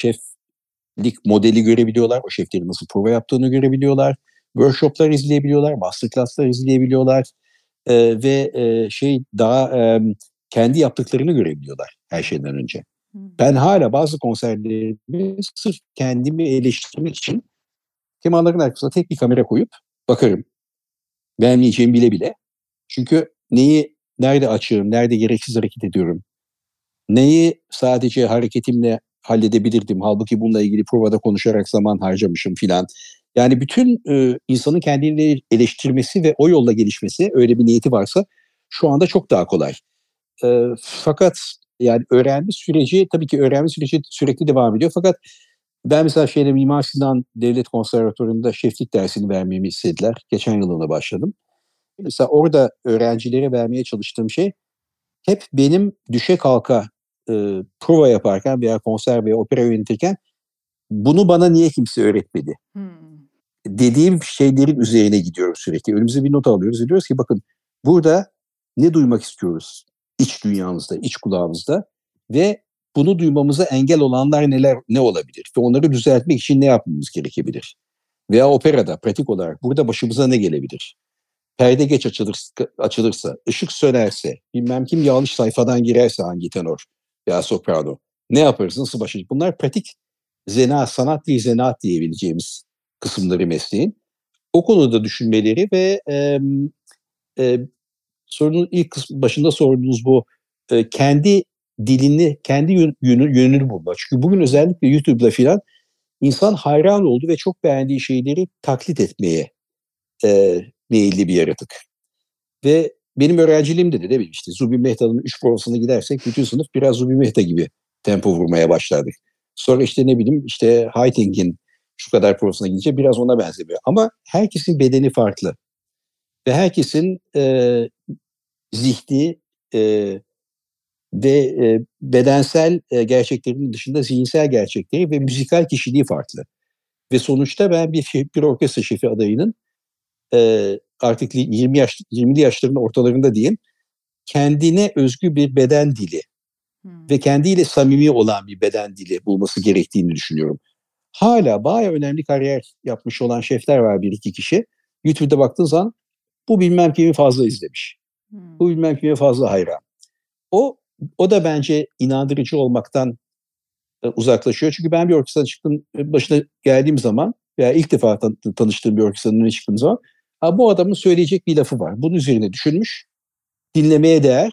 şeflik modeli görebiliyorlar. O şeflerin nasıl prova yaptığını görebiliyorlar. Workshoplar izleyebiliyorlar, masterclasslar izleyebiliyorlar. Ee, ve e, şey daha e, kendi yaptıklarını görebiliyorlar her şeyden önce. Hmm. Ben hala bazı konserlerimi sırf kendimi eleştirmek için kemanların arkasına tek bir kamera koyup bakarım. Beğenmeyeceğimi bile bile. Çünkü neyi nerede açığım, nerede gereksiz hareket ediyorum, neyi sadece hareketimle halledebilirdim. Halbuki bununla ilgili provada konuşarak zaman harcamışım filan. Yani bütün e, insanın kendini eleştirmesi ve o yolla gelişmesi, öyle bir niyeti varsa şu anda çok daha kolay. E, fakat yani öğrenme süreci, tabii ki öğrenme süreci sürekli devam ediyor. Fakat ben mesela şeyde Mimar Sinan Devlet Konservatuvarı'nda şeflik dersini vermemi istediler. Geçen yıl ona başladım. Mesela orada öğrencilere vermeye çalıştığım şey hep benim düşe kalka e, prova yaparken veya konser veya opera yönetirken bunu bana niye kimse öğretmedi? Hmm. Dediğim şeylerin üzerine gidiyoruz sürekli. Önümüze bir not alıyoruz ve diyoruz ki bakın burada ne duymak istiyoruz iç dünyamızda, iç kulağımızda ve bunu duymamıza engel olanlar neler, ne olabilir? Ve onları düzeltmek için ne yapmamız gerekebilir? Veya operada pratik olarak burada başımıza ne gelebilir? Perde geç açılırsa, açılırsa, ışık sönerse, bilmem kim yanlış sayfadan girerse hangi tenor veya soprano, ne yaparız, nasıl başlayacak? Bunlar pratik zena, sanat değil zanaat diyebileceğimiz kısımları mesleğin. O konuda düşünmeleri ve e, e, sorunun ilk kısmı, başında sorduğunuz bu e, kendi dilini, kendi yön, yönü, yönünü bulmak. Çünkü bugün özellikle YouTube'da filan insan hayran oldu ve çok beğendiği şeyleri taklit etmeye e, meyilli bir yaratık. Ve benim öğrenciliğimde de ne bileyim işte Zubin Mehta'nın üç provasına gidersek bütün sınıf biraz Zubin Mehta gibi tempo vurmaya başlardık. Sonra işte ne bileyim işte Haydnk'in şu kadar provasına gidince biraz ona benzemiyor. Ama herkesin bedeni farklı. Ve herkesin e, zihni e, ve e, bedensel e, gerçeklerinin dışında zihinsel gerçekleri ve müzikal kişiliği farklı. Ve sonuçta ben bir, bir orkestra şefi adayının e, artık yirmi yaş, yirmili yaşların ortalarında diyeyim, kendine özgü bir beden dili hmm. ve kendiyle samimi olan bir beden dili bulması gerektiğini düşünüyorum. Hala bayağı önemli kariyer yapmış olan şefler var, bir iki kişi. YouTube'da baktığın zaman bu bilmem kimi fazla izlemiş. Hmm. Bu bilmem kimi fazla hayran. O o da bence inandırıcı olmaktan e, uzaklaşıyor. Çünkü ben bir orkestrada çıktım, başına geldiğim zaman veya ilk defa tan- tanıştığım bir orkestranın önüne çıktığım zaman ha, bu adamın söyleyecek bir lafı var. Bunun üzerine düşünmüş, dinlemeye değer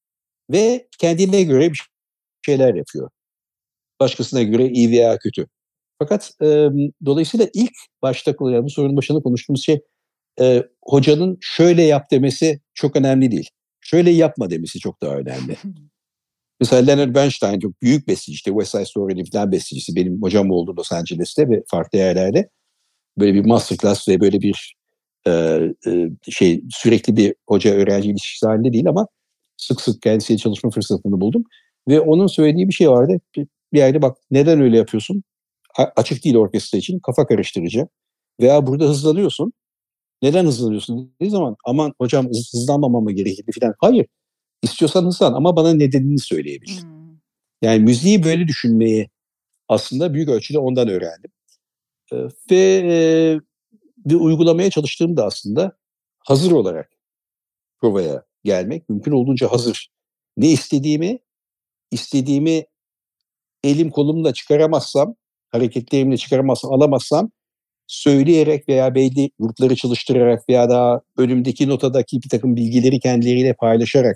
ve kendine göre bir şeyler yapıyor. Başkasına göre iyi veya kötü. Fakat e, dolayısıyla ilk başta yani bu sorunun başında konuştuğumuz şey e, hocanın şöyle yap demesi çok önemli değil. Şöyle yapma demesi çok daha önemli. Mesela Leonard Bernstein çok büyük besteci, işte West Side Story'nin falan bestecisi. Benim hocam oldu Los Angeles'te ve farklı yerlerde. Böyle bir masterclass ve böyle bir e, e, şey sürekli bir hoca öğrenci ilişkisi halinde değil ama sık sık kendisiyle çalışma fırsatını buldum. Ve onun söylediği bir şey vardı. Bir yerde bak, neden öyle yapıyorsun? A- açık değil orkestra için, kafa karıştırıcı. Veya burada hızlanıyorsun. Neden hızlanıyorsun dediği zaman aman hocam hız- hızlanmamam mı gerekirdi falan. Hayır. İstiyorsan hızlan ama bana nedenini söyleyebilirsin. Hmm. Yani müziği böyle düşünmeyi aslında büyük ölçüde ondan öğrendim. Ee, ve e, bir uygulamaya çalıştığımda aslında hazır olarak provaya gelmek, mümkün olduğunca hazır. Ne istediğimi, istediğimi elim kolumla çıkaramazsam, hareketlerimle çıkaramazsam, alamazsam söyleyerek veya belli grupları çalıştırarak veya daha önümdeki notadaki bir takım bilgileri kendileriyle paylaşarak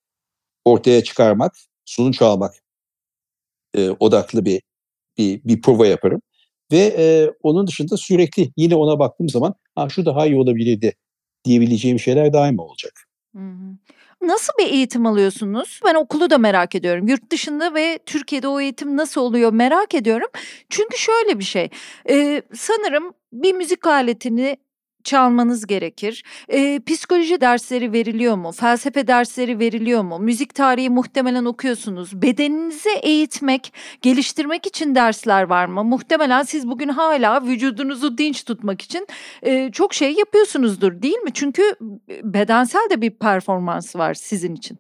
ortaya çıkarmak, sonuç almak e, odaklı bir, bir bir prova yaparım. Ve e, onun dışında sürekli yine ona baktığım zaman ha, şu daha iyi olabilirdi diyebileceğim şeyler daima olacak. Hı hı. Nasıl bir eğitim alıyorsunuz? Ben okulu da merak ediyorum. Yurt dışında ve Türkiye'de o eğitim nasıl oluyor merak ediyorum. Çünkü şöyle bir şey, eee, sanırım bir müzik aletini çalmanız gerekir. Eee, psikoloji dersleri veriliyor mu? Felsefe dersleri veriliyor mu? Müzik tarihi muhtemelen okuyorsunuz. Bedeninizi eğitmek, geliştirmek için dersler var mı? Muhtemelen siz bugün hala vücudunuzu dinç tutmak için eee, çok şey yapıyorsunuzdur, değil mi? Çünkü bedensel de bir performans var sizin için.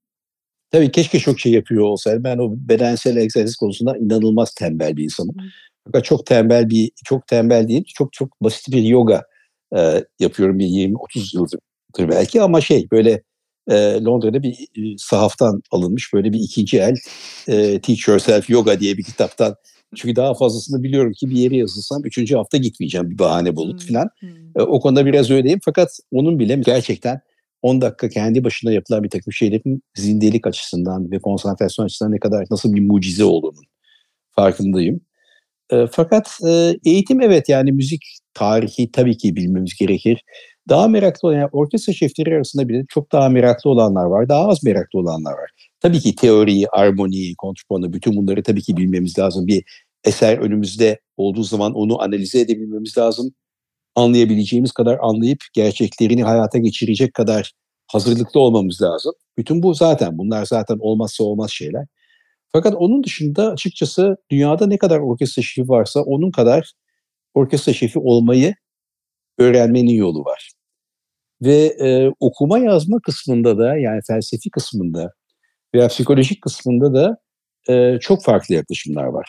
Tabii keşke çok şey yapıyor olsaydım. Ben o bedensel egzersiz konusunda inanılmaz tembel bir insanım. Fakat çok tembel bir, çok tembel değil, çok çok basit bir yoga e, yapıyorum bir yirmi otuz yıldır belki ama şey böyle e, Londra'da bir e, sahaftan alınmış böyle bir ikinci el e, Teach Yourself Yoga diye bir kitaptan. Çünkü daha fazlasını biliyorum ki bir yere yazılsam üçüncü hafta gitmeyeceğim, bir bahane bulup falan. E, o konuda biraz öyleyim fakat onun bile gerçekten on dakika kendi başına yapılan bir takım şeylerin zindelik açısından ve konsantrasyon açısından ne kadar, nasıl bir mucize olduğunun farkındayım. E, fakat e, eğitim evet, yani müzik tarihi tabii ki bilmemiz gerekir. Daha meraklı olan, yani orkestra şefleri arasında bile çok daha meraklı olanlar var, daha az meraklı olanlar var. Tabii ki teoriyi, armoniyi, kontrponu, bütün bunları tabii ki bilmemiz lazım. Bir eser önümüzde olduğu zaman onu analize edebilmemiz lazım. Anlayabileceğimiz kadar anlayıp gerçeklerini hayata geçirecek kadar hazırlıklı olmamız lazım. Bütün bu zaten, bunlar zaten olmazsa olmaz şeyler. Fakat onun dışında açıkçası dünyada ne kadar orkestra şefi varsa onun kadar orkestra şefi olmayı öğrenmenin yolu var. Ve e, okuma yazma kısmında da, yani felsefi kısmında veya psikolojik kısmında da e, çok farklı yaklaşımlar var.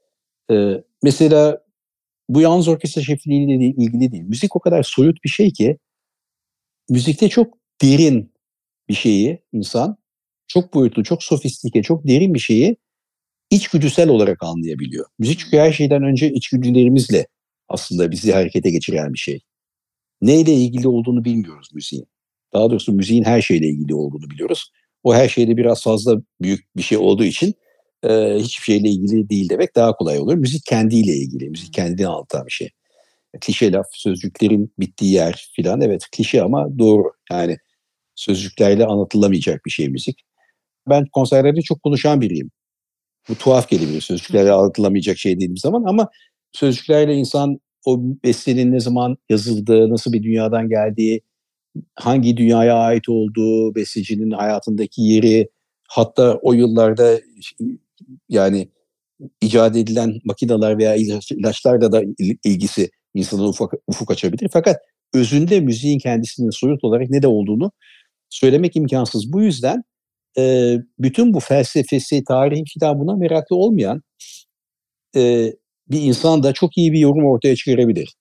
E, mesela bu yalnız orkestra şefliğiyle ilgili değil. Müzik o kadar soyut bir şey ki müzikte çok derin bir şeyi insan, çok boyutlu, çok sofistike, çok derin bir şeyi içgüdüsel olarak anlayabiliyor. Müzik çünkü her şeyden önce içgüdülerimizle aslında bizi harekete geçiren bir şey. Neyle ilgili olduğunu bilmiyoruz müziğin. Daha doğrusu müziğin her şeyle ilgili olduğunu biliyoruz. O her şeyde biraz fazla büyük bir şey olduğu için e, hiçbir şeyle ilgili değil demek daha kolay olur. Müzik kendiyle ilgili, müzik kendini anlatan bir şey. Klişe laf, sözcüklerin bittiği yer filan, evet klişe ama doğru. Yani sözcüklerle anlatılamayacak bir şey müzik. Ben konserlerde çok konuşan biriyim. Bu tuhaf gelebilir sözcüklerle anlatılamayacak şey dediğim zaman ama sözcüklerle insan o bestenin ne zaman yazıldığı, nasıl bir dünyadan geldiği, hangi dünyaya ait olduğu, bestecinin hayatındaki yeri, hatta o yıllarda yani icat edilen makineler veya ilaçlarla da ilgisi insanın ufuk, ufuk açabilir. Fakat özünde müziğin kendisinin soyut olarak ne de olduğunu söylemek imkansız. Bu yüzden e, bütün bu felsefesi, tarihi filan buna meraklı olmayan e, bir insan da çok iyi bir yorum ortaya çıkarabilir.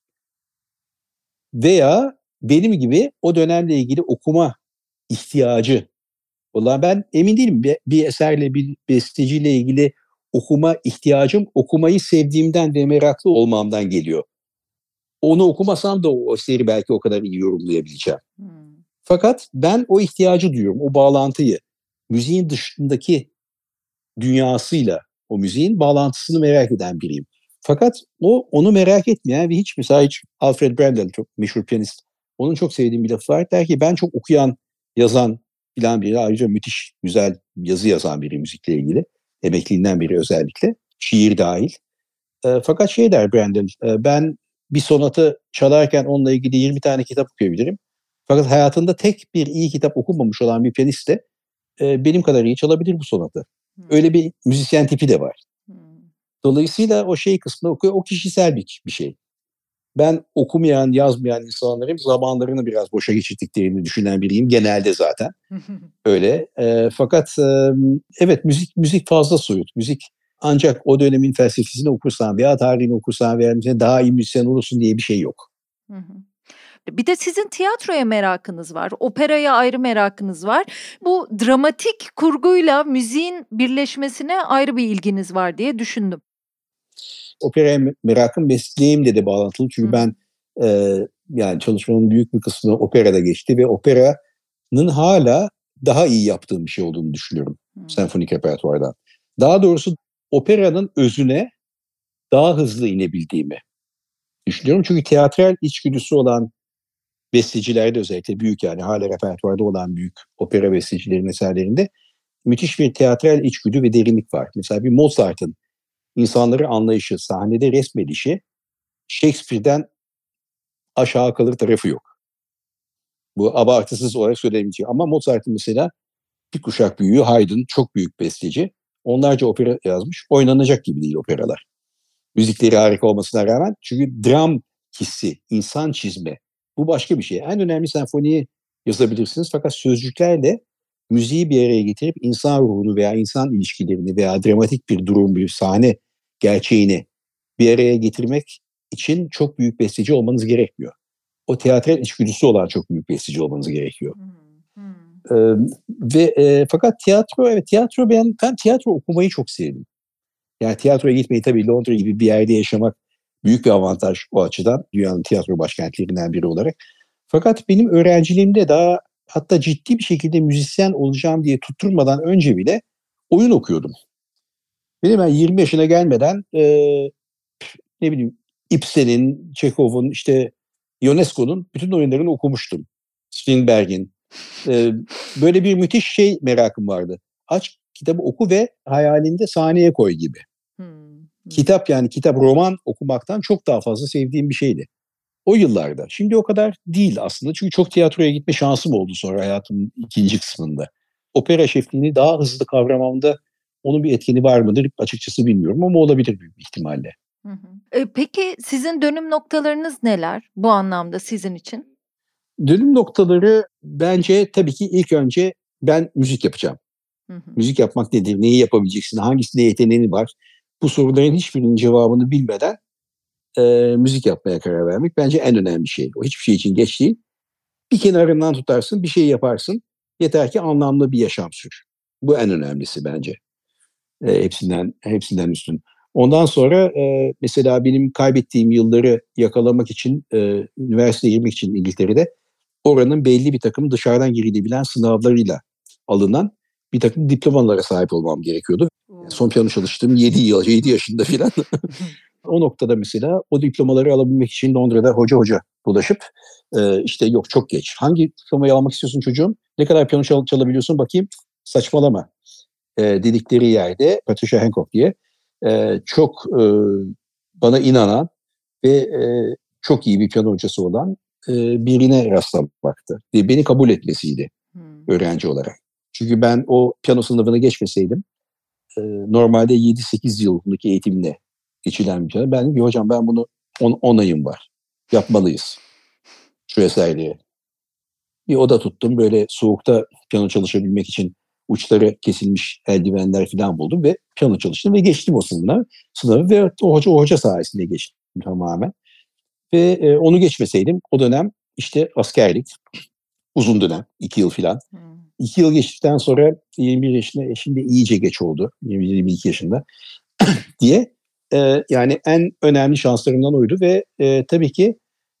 Veya benim gibi o dönemle ilgili okuma ihtiyacı olan, ben emin değilim bir, bir eserle, bir besteciyle ilgili okuma ihtiyacım, okumayı sevdiğimden ve meraklı olmamdan geliyor. Onu okumasam da o eseri belki o kadar iyi yorumlayabileceğim. Hmm. Fakat ben o ihtiyacı duyuyorum, o bağlantıyı. Müziğin dışındaki dünyasıyla o müziğin bağlantısını merak eden biriyim. Fakat o onu merak etmeyen ve hiç mesela hiç Alfred Brendel, çok meşhur piyanist, onun çok sevdiğim bir lafı var. Der ki ben çok okuyan, yazan filan biri, ayrıca müthiş güzel yazı yazan biri müzikle ilgili. Emekliliğinden beri özellikle. Şiir dahil. E, fakat şey der Brendel, e, ben bir sonatı çalarken onunla ilgili yirmi tane kitap okuyabilirim. Fakat hayatında tek bir iyi kitap okumamış olan bir piyanist de e, benim kadar iyi çalabilir bu sonatı. Hmm. Öyle bir müzisyen tipi de var. Hmm. Dolayısıyla o şey kısmı okuyor, o kişisel bir, bir şey. Ben okumayan, yazmayan insanların zamanlarını biraz boşa geçirdiklerini düşünen biriyim genelde zaten. Öyle. E, fakat e, evet müzik müzik fazla soyut. Müzik ancak o dönemin felsefesini okursan veya tarihini okursan veya daha iyi müzisyen olursun diye bir şey yok. Hı hı. Bir de sizin tiyatroya merakınız var, operaya ayrı merakınız var. Bu dramatik kurguyla müziğin birleşmesine ayrı bir ilginiz var diye düşündüm. Operaya merakım mesleğimle de bağlantılı. Çünkü Hı. ben e, yani çalışmanın büyük bir kısmı operada geçti ve operanın hala daha iyi yaptığım bir şey olduğunu düşünüyorum. Hı. Senfonik repertuardan. Daha doğrusu operanın özüne daha hızlı inebildiğimi düşünüyorum. Çünkü tiyatral içgüdüsü olan bestecilerde, özellikle büyük, yani hala repertuarda olan büyük opera bestecilerin eserlerinde müthiş bir tiyatral içgüdü ve derinlik var. Mesela bir Mozart'ın insanları anlayışı, sahnede resmedişi Shakespeare'den aşağı kalır tarafı yok. Bu abartısız olarak söylemeyeceğim. Ama Mozart'ın mesela bir kuşak büyüğü Haydn, çok büyük besteci. Onlarca opera yazmış. Oynanacak gibi değil operalar. Müzikleri harika olmasına rağmen. Çünkü dram hissi, insan çizme. Bu başka bir şey. En önemli senfoniyi yazabilirsiniz. Fakat sözcüklerle müziği bir araya getirip insan ruhunu veya insan ilişkilerini veya dramatik bir durum, bir sahne gerçeğini bir araya getirmek için çok büyük besteci olmanız gerekmiyor. O tiyatral içgüdüsü olan çok büyük besteci olmanız gerekiyor. Hmm, hmm. Ee, ve e, fakat tiyatro, evet tiyatro ben, ben tiyatro okumayı çok sevdim. Yani tiyatroya gitmeyi, tabii Londra gibi bir yerde yaşamak büyük bir avantaj o açıdan, dünyanın tiyatro başkentlerinden biri olarak. Fakat benim öğrenciliğimde daha, hatta ciddi bir şekilde müzisyen olacağım diye tutturmadan önce bile oyun okuyordum. Benim ben yirmi yaşına gelmeden e, ne bileyim Ibsen'in, Çekhov'un, işte Ionesco'nun bütün oyunlarını okumuştum. Strindberg'in. E, böyle bir müthiş şey merakım vardı. Aç kitabı oku ve hayalinde sahneye koy gibi. Hmm, hmm. Kitap, yani kitap, roman okumaktan çok daha fazla sevdiğim bir şeydi. O yıllarda. Şimdi o kadar değil aslında. Çünkü çok tiyatroya gitme şansım oldu sonra hayatımın ikinci kısmında. Opera şefliğini daha hızlı kavramamda onun bir etkeni var mıdır açıkçası bilmiyorum ama olabilir büyük bir ihtimalle. Hı hı. E, peki sizin dönüm noktalarınız neler bu anlamda sizin için? Dönüm noktaları bence tabii ki ilk önce ben müzik yapacağım. Hı hı. Müzik yapmak nedir? Neyi yapabileceksin? Hangisinde yeteneğin var? Bu soruların hiçbirinin cevabını bilmeden e, müzik yapmaya karar vermek bence en önemli şey. O hiçbir şey için geç değil. Bir kenarından tutarsın, bir şey yaparsın. Yeter ki anlamlı bir yaşam sür. Bu en önemlisi bence. E, hepsinden hepsinden üstün. Ondan sonra e, mesela benim kaybettiğim yılları yakalamak için, e, üniversiteye girmek için İngiltere'de oranın belli bir takım dışarıdan girilebilen sınavlarıyla alınan bir takım diplomalara sahip olmam gerekiyordu. Yani son piyano çalıştığım yedi yıl, yedi yaşında filan. O noktada mesela o diplomaları alabilmek için Londra'da hoca hoca dolaşıp e, işte yok çok geç. Hangi diplomayı almak istiyorsun çocuğum? Ne kadar piyano çal- çalabiliyorsun bakayım? Saçmalama. E, dedikleri yerde Patricia Hancock diye e, çok e, bana inanan ve e, çok iyi bir piyano hocası olan e, birine rastlamaktı. Ve beni kabul etmesiydi Hmm. öğrenci olarak. Çünkü ben o piyano sınavını geçmeseydim e, normalde yedi sekiz yıllık eğitimle geçilen bir piyano. Ben dedim ki hocam ben bunu on ayım var. Yapmalıyız. Şu eserleri. Bir oda tuttum. Böyle soğukta piyano çalışabilmek için uçları kesilmiş eldivenler falan buldum ve piyano çalıştım ve geçtim o sınavı. Sınavı ve o hoca, o hoca sayesinde geçtim tamamen. Ve e, onu geçmeseydim o dönem işte askerlik uzun dönem iki yıl falan. Hmm. iki yıl geçtikten sonra yirmi bir yaşında e, şimdi iyice geç oldu. yirmi yirmi iki yaşında diye e, yani en önemli şanslarımdan oydu ve e, tabii ki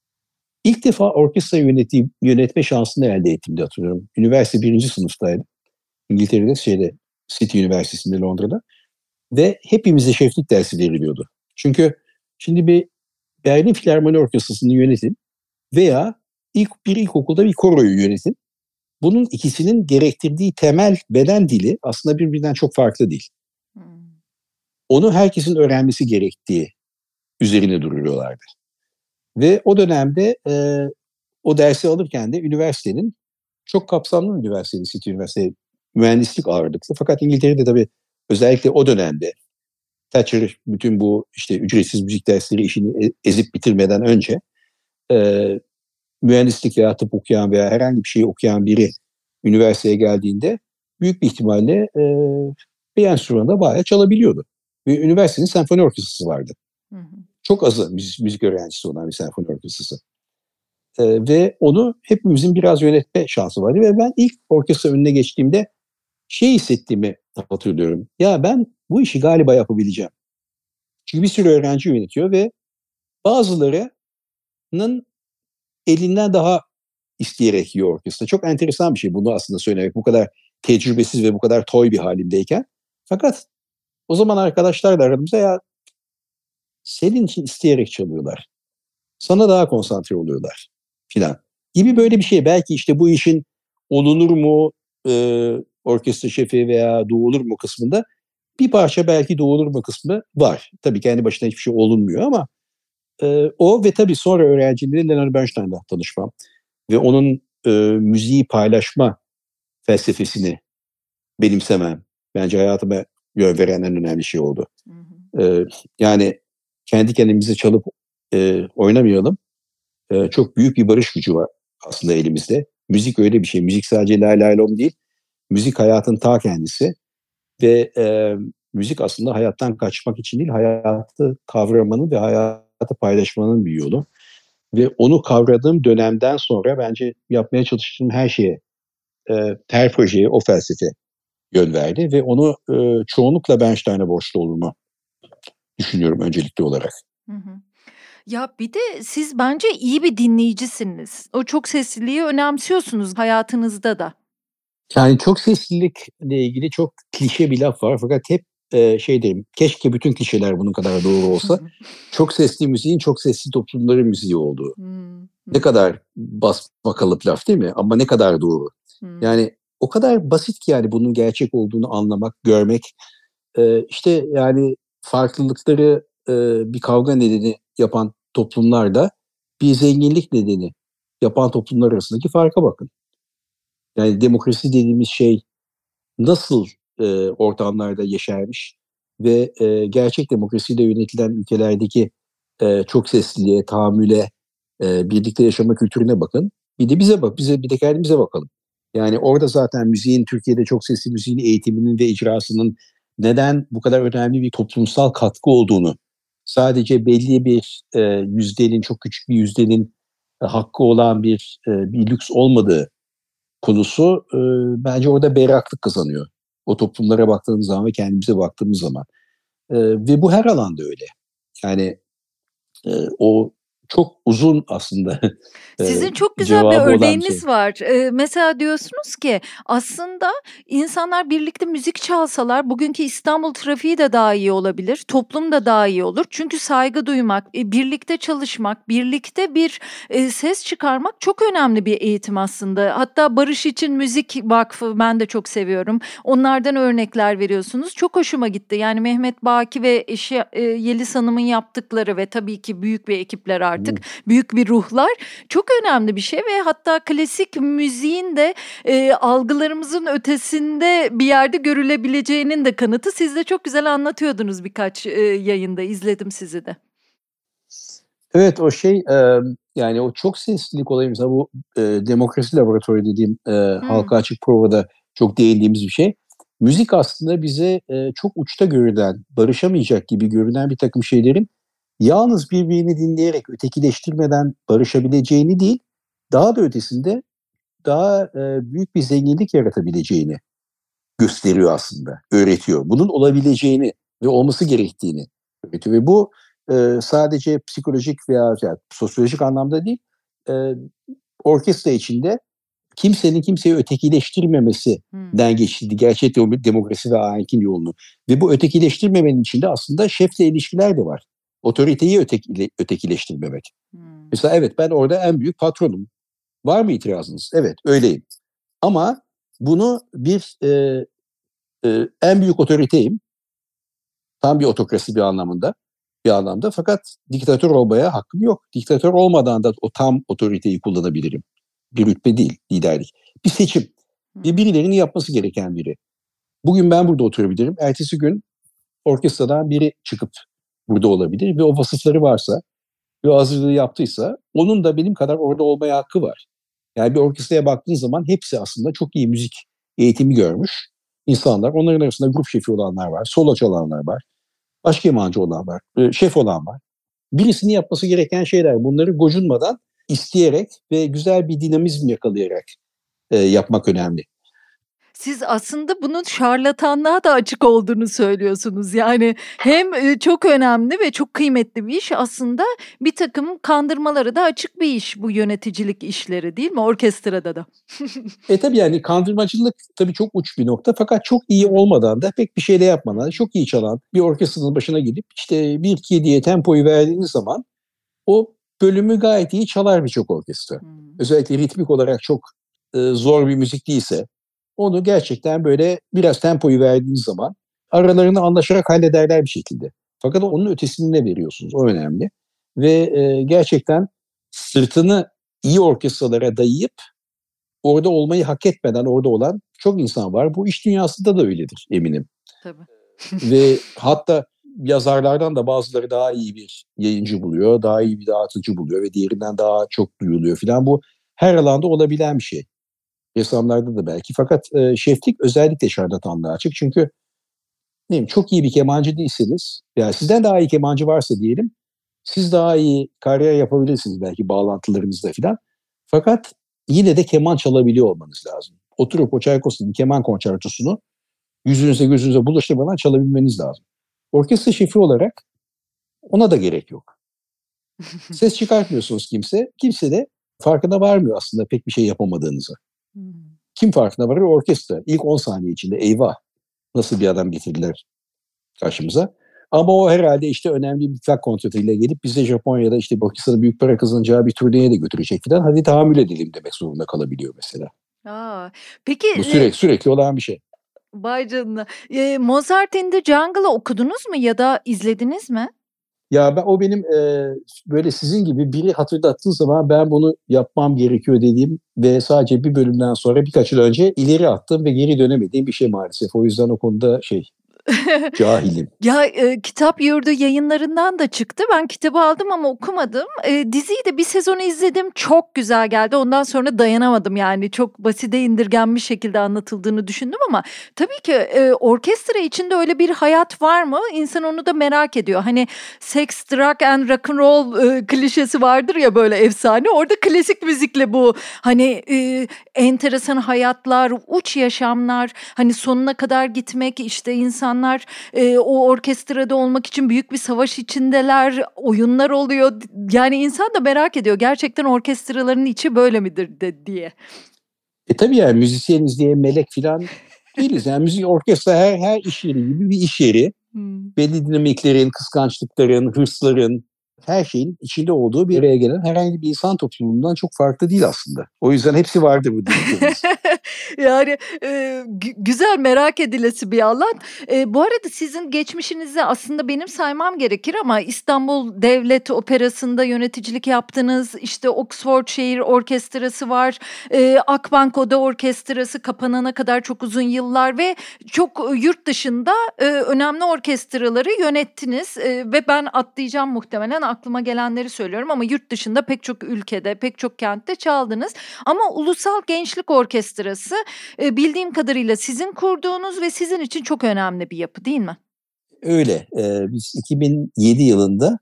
ilk defa orkestra yönettiğim, yönetme şansını elde ettim diye hatırlıyorum. Üniversite birinci sınıftaydım. İngiltere'de şeyde City Üniversitesi'nde Londra'da ve hepimize şeflik dersi veriliyordu. Çünkü şimdi bir Berlin Filarmoni Orkestrası'nı yönetin veya ilk bir ilkokulda bir koroyu yönetin. Bunun ikisinin gerektirdiği temel beden dili aslında birbirinden çok farklı değil. Hmm. Onu herkesin öğrenmesi gerektiği üzerine duruyorlardı. Ve o dönemde e, o dersi alırken de üniversitenin çok kapsamlı bir üniversiteydi City Üniversitesi. Mühendislik ağırlıklı. Fakat İngiltere'de tabii özellikle o dönemde Thatcher bütün bu işte ücretsiz müzik dersleri işini ezip bitirmeden önce e, mühendislik veya tıp okuyan veya herhangi bir şey okuyan biri üniversiteye geldiğinde büyük bir ihtimalle e, bir enstrümanı bayağı çalabiliyordu. Ve üniversitenin senfoni orkestrası vardı. Hı hı. Çok azı müzik, müzik öğrencisi olan bir senfoni orkestrası. E, ve onu hepimizin biraz yönetme şansı vardı. Ve ben ilk orkestra önüne geçtiğimde şey hissettiğimi hatırlıyorum. Ya ben bu işi galiba yapabileceğim. Çünkü bir sürü öğrenci yönetiyor ve bazılarının elinden daha isteyerek yiyor orkestra. Çok enteresan bir şey bunu aslında söylemek. Bu kadar tecrübesiz ve bu kadar toy bir halimdeyken. Fakat o zaman arkadaşlar da aramızda ya senin için isteyerek çalıyorlar. Sana daha konsantre oluyorlar filan. Gibi böyle bir şey. Belki işte bu işin olunur mu e, orkestra şefi veya doğulur mu kısmında bir parça belki doğulur mu kısmı var. Tabii kendi başına hiçbir şey olunmuyor ama e, o ve tabii sonra öğrenciliğinde Leonard Bernstein'la tanışmam ve onun e, müziği paylaşma felsefesini benimsemem bence hayatıma yön veren en önemli şey oldu. Hı hı. E, yani kendi kendimize çalıp e, oynamayalım. E, çok büyük bir barış gücü var aslında elimizde. Müzik öyle bir şey. Müzik sadece la la lom değil. Müzik hayatın ta kendisi ve e, müzik aslında hayattan kaçmak için değil, hayatı kavramanın ve hayatı paylaşmanın bir yolu. Ve onu kavradığım dönemden sonra bence yapmaya çalıştığım her şeye, e, her projeye o felsefe yön verdi ve onu e, çoğunlukla Bernstein'e borçlu olduğumu düşünüyorum öncelikli olarak. Hı hı. Ya bir de siz bence iyi bir dinleyicisiniz. O çok sesliliği önemsiyorsunuz hayatınızda da. Yani çok seslilikle ilgili çok klişe bir laf var fakat hep e, şey derim, keşke bütün klişeler bunun kadar doğru olsa. Çok sesli müziğin çok sesli toplumların müziği olduğu. Ne kadar basma kalıp laf değil mi? Ama ne kadar doğru. Yani o kadar basit ki yani bunun gerçek olduğunu anlamak, görmek. E, işte yani farklılıkları e, bir kavga nedeni yapan toplumlarda bir zenginlik nedeni yapan toplumlar arasındaki farka bakın. Yani demokrasi dediğimiz şey nasıl e, ortamlarda yeşermiş ve e, gerçek demokrasiyle yönetilen ülkelerdeki e, çok sesliliğe, tahammüle, e, birlikte yaşama kültürüne bakın. Bir de bize bak, bize bir de kendimize bakalım. Yani orada zaten müziğin, Türkiye'de çok sesli müziğin eğitiminin ve icrasının neden bu kadar önemli bir toplumsal katkı olduğunu, sadece belli bir e, yüzdenin, çok küçük bir yüzdenin e, hakkı olan bir e, bir lüks olmadığı konusu e, bence orada berraklık kazanıyor. O toplumlara baktığımız zaman ve kendimize baktığımız zaman. E, ve bu her alanda öyle. Yani e, o çok uzun aslında Sizin çok güzel bir cevabı olan bir örneğiniz şey. var. Eee, mesela diyorsunuz ki aslında insanlar birlikte müzik çalsalar bugünkü İstanbul trafiği de daha iyi olabilir, toplum da daha iyi olur. Çünkü saygı duymak, e, birlikte çalışmak, birlikte bir e, ses çıkarmak çok önemli bir eğitim aslında. Hatta Barış İçin Müzik Vakfı ben de çok seviyorum. Onlardan örnekler veriyorsunuz. Çok hoşuma gitti. Yani Mehmet Baki ve eşi e, Yeliz Hanım'ın yaptıkları ve tabii ki büyük bir ekipler artık, büyük bir ruhlar. Çok önemli bir şey ve hatta klasik müziğin de e, algılarımızın ötesinde bir yerde görülebileceğinin de kanıtı. Siz de çok güzel anlatıyordunuz birkaç e, yayında. İzledim sizi de. Evet, o şey e, yani o çok seslilik olayı mesela bu e, demokrasi laboratuvarı dediğim e, Hmm. halka açık provada çok değindiğimiz bir şey. Müzik aslında bize e, çok uçta görünen, barışamayacak gibi görünen bir takım şeylerin yalnız birbirini dinleyerek ötekileştirmeden barışabileceğini değil, daha da ötesinde daha e, büyük bir zenginlik yaratabileceğini gösteriyor aslında, öğretiyor. Bunun olabileceğini ve olması gerektiğini öğretiyor. Ve bu e, sadece psikolojik veya yani, sosyolojik anlamda değil, e, orkestra içinde kimsenin kimseyi ötekileştirmemesinden Hmm. geçildi. Gerçek demokrasi ve ahenkin yolunu. Ve bu ötekileştirmemenin içinde aslında şefle ilişkiler de var. Otoriteyi ötekile, ötekileştirmemek. Hmm. Mesela evet ben orada en büyük patronum. Var mı itirazınız? Evet öyleyim. Ama bunu bir e, e, en büyük otoriteyim. Tam bir otokrasi bir anlamında. Bir anlamda. Fakat diktatör olmaya hakkım yok. Diktatör olmadan da o tam otoriteyi kullanabilirim. Bir rütbe değil, liderlik. Bir seçim. Bir birilerinin yapması gereken biri. Bugün ben burada oturabilirim. Ertesi gün orkestradan biri çıkıp burada olabilir ve o vasıfları varsa ve hazırlığı yaptıysa onun da benim kadar orada olmaya hakkı var. Yani bir orkestraya baktığın zaman hepsi aslında çok iyi müzik eğitimi görmüş insanlar. Onların arasında grup şefi olanlar var, solo çalanlar var, baş kemancı olan var, şef olan var. Birisinin yapması gereken şeyler bunları gocunmadan isteyerek ve güzel bir dinamizm yakalayarak e, yapmak önemli. Siz aslında bunun şarlatanlığa da açık olduğunu söylüyorsunuz. Yani hem e, çok önemli ve çok kıymetli bir iş aslında bir takım kandırmalara da açık bir iş bu yöneticilik işleri değil mi orkestrada da? E tabii yani kandırmacılık tabii çok uç bir nokta fakat çok iyi olmadan da pek bir şey de yapmadan çok iyi çalan bir orkestranın başına gidip işte bir iki diye tempoyu verdiğiniz zaman o bölümü gayet iyi çalar birçok orkestra. Hmm. Özellikle ritmik olarak çok e, zor bir müzik değilse onu gerçekten böyle biraz tempoyu verdiğiniz zaman aralarını anlaşarak hallederler bir şekilde. Fakat onun ötesini ne veriyorsunuz? O önemli. Ve e, gerçekten sırtını iyi orkestralara dayayıp orada olmayı hak etmeden orada olan çok insan var. Bu iş dünyasında da öyledir eminim. Tabii. Ve hatta yazarlardan da bazıları daha iyi bir yayıncı buluyor, daha iyi bir dağıtıcı buluyor ve diğerinden daha çok duyuluyor filan. Bu her alanda olabilen bir şey. Ressamlarda da belki. Fakat e, şeflik özellikle şarlatanlığa açık. Çünkü ne bileyim, çok iyi bir kemancı değilseniz, yani sizden daha iyi kemancı varsa diyelim, siz daha iyi kariyer yapabilirsiniz belki bağlantılarınızda filan. Fakat yine de keman çalabiliyor olmanız lazım. Oturup o Çaykovski'nin keman konçertosunu yüzünüze gözünüze bulaştırmadan çalabilmeniz lazım. Orkestra şefi olarak ona da gerek yok. Ses çıkartmıyorsunuz kimse. Kimse de farkına varmıyor aslında pek bir şey yapamadığınızı. Hmm. Kim farkına varır? Orkestra. İlk on saniye içinde eyvah nasıl bir adam getirdiler karşımıza. Ama o herhalde işte önemli bir plak kontratıyla gelip bize Japonya'da işte orkestranın büyük para kazanacağı bir turneye de götürecek falan. Hadi tahammül edelim demek zorunda kalabiliyor mesela. Aa, peki Bu e, sürekli sürekli olan bir şey. vay canına. E, Mozart in the Jungle'ı okudunuz mu ya da izlediniz mi? Ya ben o benim e, böyle sizin gibi biri hatırlattığı zaman ben bunu yapmam gerekiyor dediğim ve sadece bir bölümden sonra birkaç yıl önce ileri attım ve geri dönemediğim bir şey maalesef. O yüzden o konuda şey Cahilim. Ya e, Kitap Yurdu yayınlarından da çıktı. Ben kitabı aldım ama okumadım. E, diziyi de bir sezonu izledim. Çok güzel geldi. Ondan sonra dayanamadım yani. Çok basite indirgenmiş şekilde anlatıldığını düşündüm ama tabii ki e, orkestra içinde öyle bir hayat var mı? İnsan onu da merak ediyor. Hani sex, drug and rock and roll e, klişesi vardır ya, böyle efsane. Orada klasik müzikle bu hani e, enteresan hayatlar, uç yaşamlar, hani sonuna kadar gitmek, işte insanlar e, o orkestrada olmak için büyük bir savaş içindeler, oyunlar oluyor. Yani insan da merak ediyor, gerçekten orkestraların içi böyle midir de, diye. E tabii yani müzisyeniz diye melek falan değiliz. Yani müzik, orkestra her, her iş yeri gibi bir iş yeri. Hmm. Belli dinamiklerin, kıskançlıkların, hırsların, her şeyin içinde olduğu bir araya gelen herhangi bir insan toplumundan çok farklı değil aslında. O yüzden hepsi vardır bu dediklerimiz. Yani e, güzel, merak edilesi bir alan. E, bu arada sizin geçmişinizi aslında benim saymam gerekir ama İstanbul Devlet Operası'nda yöneticilik yaptınız. İşte Oxford Şehir Orkestrası var. E, Akbank Oda Orkestrası kapanana kadar çok uzun yıllar ve çok yurt dışında e, önemli orkestraları yönettiniz. E, ve ben atlayacağım muhtemelen, aklıma gelenleri söylüyorum ama yurt dışında pek çok ülkede, pek çok kentte çaldınız. Ama Ulusal Gençlik Orkestrası e, bildiğim kadarıyla sizin kurduğunuz ve sizin için çok önemli bir yapı, değil mi? Öyle. Ee, biz iki bin yedi yılında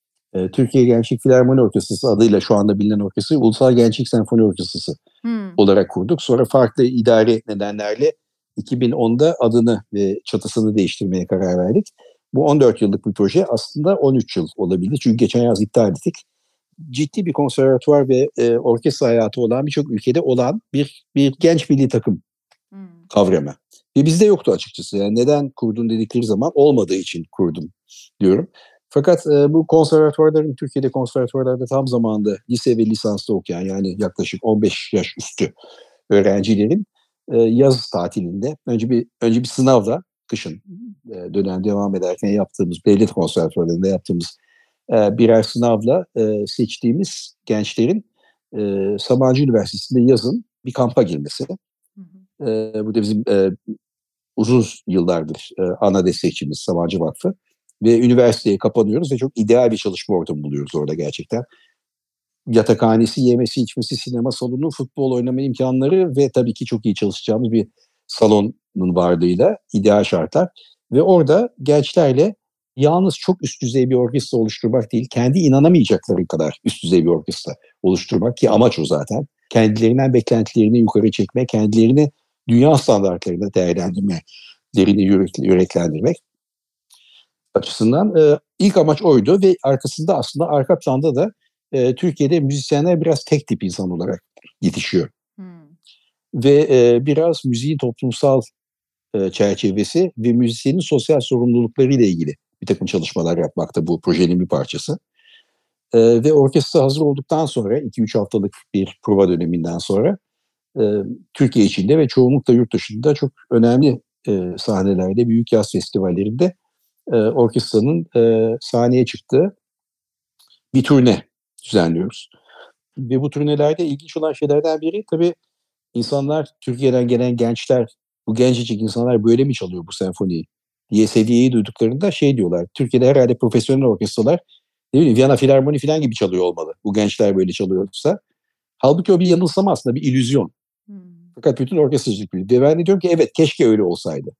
e, Türkiye Gençlik Filarmoni Orkestrası adıyla şu anda bilinen orkestrayı Ulusal Gençlik Senfoni Orkestrası hmm. olarak kurduk. Sonra farklı idari nedenlerle iki bin onda adını ve çatısını değiştirmeye karar verdik. Bu on dört yıllık bir proje, aslında on üç yıl olabildi. Çünkü geçen yaz iptal ettik. Ciddi bir konservatuvar ve e, orkestra hayatı olan, birçok ülkede olan bir bir genç milli takım hmm. kavramı. Ve bizde yoktu açıkçası. Yani neden kurdun dedikleri zaman olmadığı için kurdum diyorum. Fakat e, bu konservatuvarların, Türkiye'de konservatuvarlarda tam zamanında lise ve lisansta okuyan, yani yaklaşık on beş yaş üstü öğrencilerin e, yaz tatilinde önce bir önce bir sınavla, kışın e, dönem devam ederken yaptığımız, devlet konservatuvarlarında yaptığımız e, birer sınavla e, seçtiğimiz gençlerin e, Sabancı Üniversitesi'nde yazın bir kampa girmesi. Hı hı. E, bu da bizim e, uzun yıllardır e, ana destekçimiz Sabancı Vakfı. Ve üniversiteye kapanıyoruz ve çok ideal bir çalışma ortamı buluyoruz orada gerçekten. Yatakhanesi, yemesi, içmesi, sinema salonu, futbol oynama imkanları ve tabii ki çok iyi çalışacağımız bir salonun varlığıyla ideal şartlar. Ve orada gençlerle yalnız çok üst düzey bir orkestra oluşturmak değil, kendi inanamayacakları kadar üst düzey bir orkestra oluşturmak, ki amaç o zaten. Kendilerinden beklentilerini yukarı çekme, kendilerini dünya standartlarında değerlendirmelerini yüreklendirmek açısından e, ilk amaç oydu ve arkasında, aslında arka planda da e, Türkiye'de müzisyenler biraz tek tip insan olarak yetişiyor. Hmm. Ve e, biraz müziğin toplumsal e, çerçevesi ve müzisyenin sosyal sorumlulukları ile ilgili bir takım çalışmalar yapmakta bu projenin bir parçası. E, ve orkestra hazır olduktan sonra, iki üç haftalık bir prova döneminden sonra e, Türkiye içinde ve çoğunlukla yurt dışında çok önemli e, sahnelerde, büyük yaz festivallerinde e, orkestranın e, sahneye çıktığı bir turne düzenliyoruz. Ve bu turnelerde ilginç olan şeylerden biri, tabii insanlar, Türkiye'den gelen gençler, bu gencecik insanlar böyle mi çalıyor bu senfoniyi diye seviyeyi duyduklarında şey diyorlar: Türkiye'de herhalde profesyonel orkestralar, ne bileyim, Viyana Filarmoni falan gibi çalıyor olmalı, bu gençler böyle çalıyorsa. Halbuki o bir yanılsama, aslında bir illüzyon. Hmm. Fakat bütün orkestracılık biliyor. Ve ben de diyorum ki evet, keşke öyle olsaydı.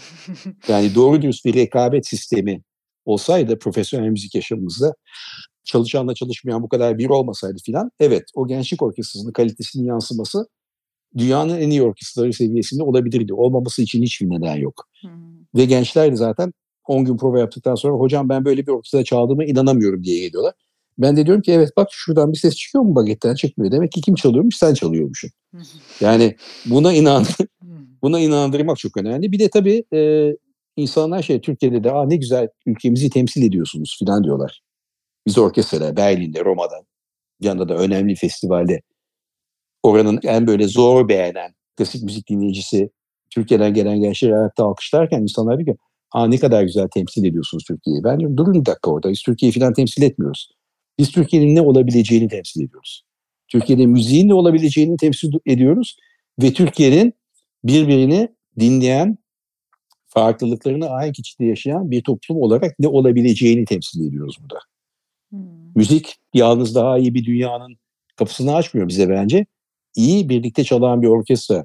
Yani doğru dürüst bir rekabet sistemi olsaydı profesyonel müzik yaşamımızda, çalışanla çalışmayan bu kadar bir olmasaydı filan, evet, o gençlik orkestrasının kalitesinin yansıması dünyanın en iyi orkestraları seviyesinde olabilirdi. Olmaması için hiçbir neden yok. Hmm. Ve gençler de zaten on gün prova yaptıktan sonra hocam ben böyle bir orkestrada çaldığıma inanamıyorum diye geliyorlar. Ben de diyorum ki evet bak, şuradan bir ses çıkıyor mu, bagetten çıkmıyor. Demek ki kim çalıyormuş, sen çalıyormuşsun. Yani buna inan buna inandırmak çok önemli. Bir de tabii e, insanlar şey, Türkiye'de de aa ne güzel ülkemizi temsil ediyorsunuz filan diyorlar. Biz orkestrada Berlin'de, Roma'da, yanında da önemli festivalde oranın en böyle zor beğenen klasik müzik dinleyicisi Türkiye'den gelen gençleri ayakta alkışlarken insanlar diyor ki aa ne kadar güzel temsil ediyorsunuz Türkiye'yi. Ben diyorum durun bir dakika orada, biz Türkiye'yi falan temsil etmiyoruz. Biz Türkiye'nin ne olabileceğini temsil ediyoruz. Türkiye'de müziğin ne olabileceğini temsil ediyoruz ve Türkiye'nin birbirini dinleyen, farklılıklarını ahenk içinde yaşayan bir toplum olarak ne olabileceğini temsil ediyoruz burada. Hmm. Müzik yalnız daha iyi bir dünyanın kapısını açmıyor bize bence. İyi birlikte çalan bir orkestra,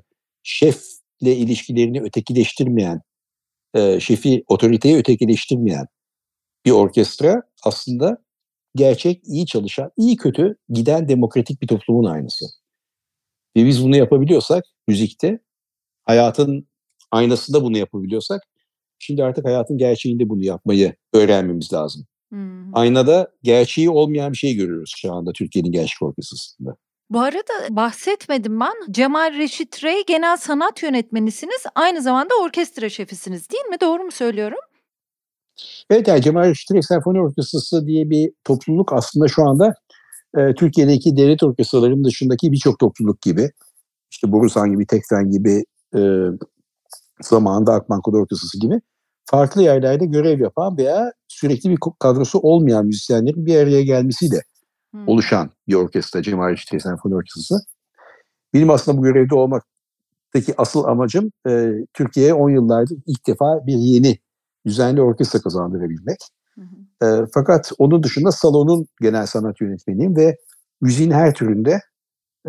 şefle ilişkilerini ötekileştirmeyen, e, şefi otoriteyi ötekileştirmeyen bir orkestra aslında gerçek, iyi çalışan, iyi kötü giden demokratik bir toplumun aynısı. Ve biz bunu yapabiliyorsak müzikte, hayatın aynasında bunu yapabiliyorsak, şimdi artık hayatın gerçeğinde bunu yapmayı öğrenmemiz lazım. Hmm. Aynada gerçeği olmayan bir şey görüyoruz şu anda Türkiye'nin gençlik orkestrasında. Bu arada bahsetmedim ben. Cemal Reşit Rey genel sanat yönetmenisiniz. Aynı zamanda orkestra şefisiniz değil mi? Doğru mu söylüyorum? Evet, yani Cemal Reşit Rey Senfoni Orkestrası diye bir topluluk aslında şu anda e, Türkiye'deki devlet orkestralarının dışındaki birçok topluluk gibi, işte Borusan gibi, Tekfen gibi, e, zamanında Akbank Orkestrası gibi farklı yerlerde görev yapan veya sürekli bir kadrosu olmayan müzisyenlerin bir araya gelmesiyle hmm. oluşan bir orkestra, Cemal Reşit Rey Senfoni Orkestrası. Benim aslında bu görevde olmaktaki asıl amacım e, Türkiye'ye on yıllardır ilk defa bir yeni düzenli orkestra kazandırabilmek. Hı hı. E, fakat onun dışında salonun genel sanat yönetmeniyim ve müziğin her türünde e,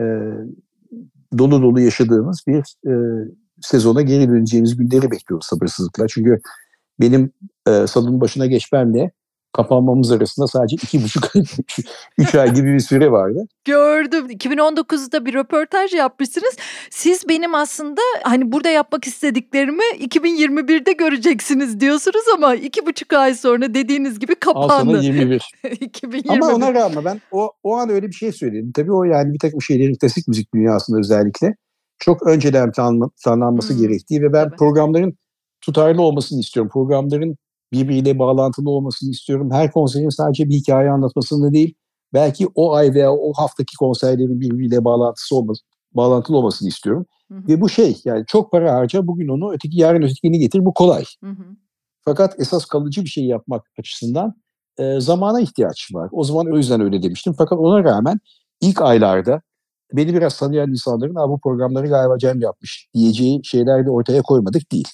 dolu dolu yaşadığımız bir e, sezona geri döneceğimiz günleri bekliyoruz sabırsızlıkla. Çünkü benim e, salonun başına geçmemle kapanmamız arasında sadece iki buçuk üç ay gibi bir süre vardı. Gördüm. iki bin on dokuzda bir röportaj yapmışsınız. Siz benim aslında hani burada yapmak istediklerimi iki bin yirmi birde göreceksiniz diyorsunuz ama iki buçuk ay sonra dediğiniz gibi kapandı. Al sana yirmi bir. iki bin yirmi bir. Ama ona rağmen ben o, o an öyle bir şey söyledim. Tabii o yani bir takım şeylerin klasik müzik dünyasında özellikle çok önceden planlan, planlanması hmm. gerektiği ve ben Tabii. programların tutarlı olmasını istiyorum. Programların birbiriyle bağlantılı olmasını istiyorum. Her konserin sadece bir hikaye anlatmasını değil, belki o ay veya o haftaki konserlerin birbiriyle bağlantısı olması, bağlantılı olmasını istiyorum. Hı hı. Ve bu şey, yani çok para harca, bugün onu, öteki yarın ötekini getir, bu kolay. Hı hı. Fakat esas kalıcı bir şey yapmak açısından e, zamana ihtiyaç var. O zaman o yüzden öyle demiştim. Fakat ona rağmen ilk aylarda beni biraz tanıyan insanların bu programları galiba Cem yapmış diyeceği şeyler de ortaya koymadık değil.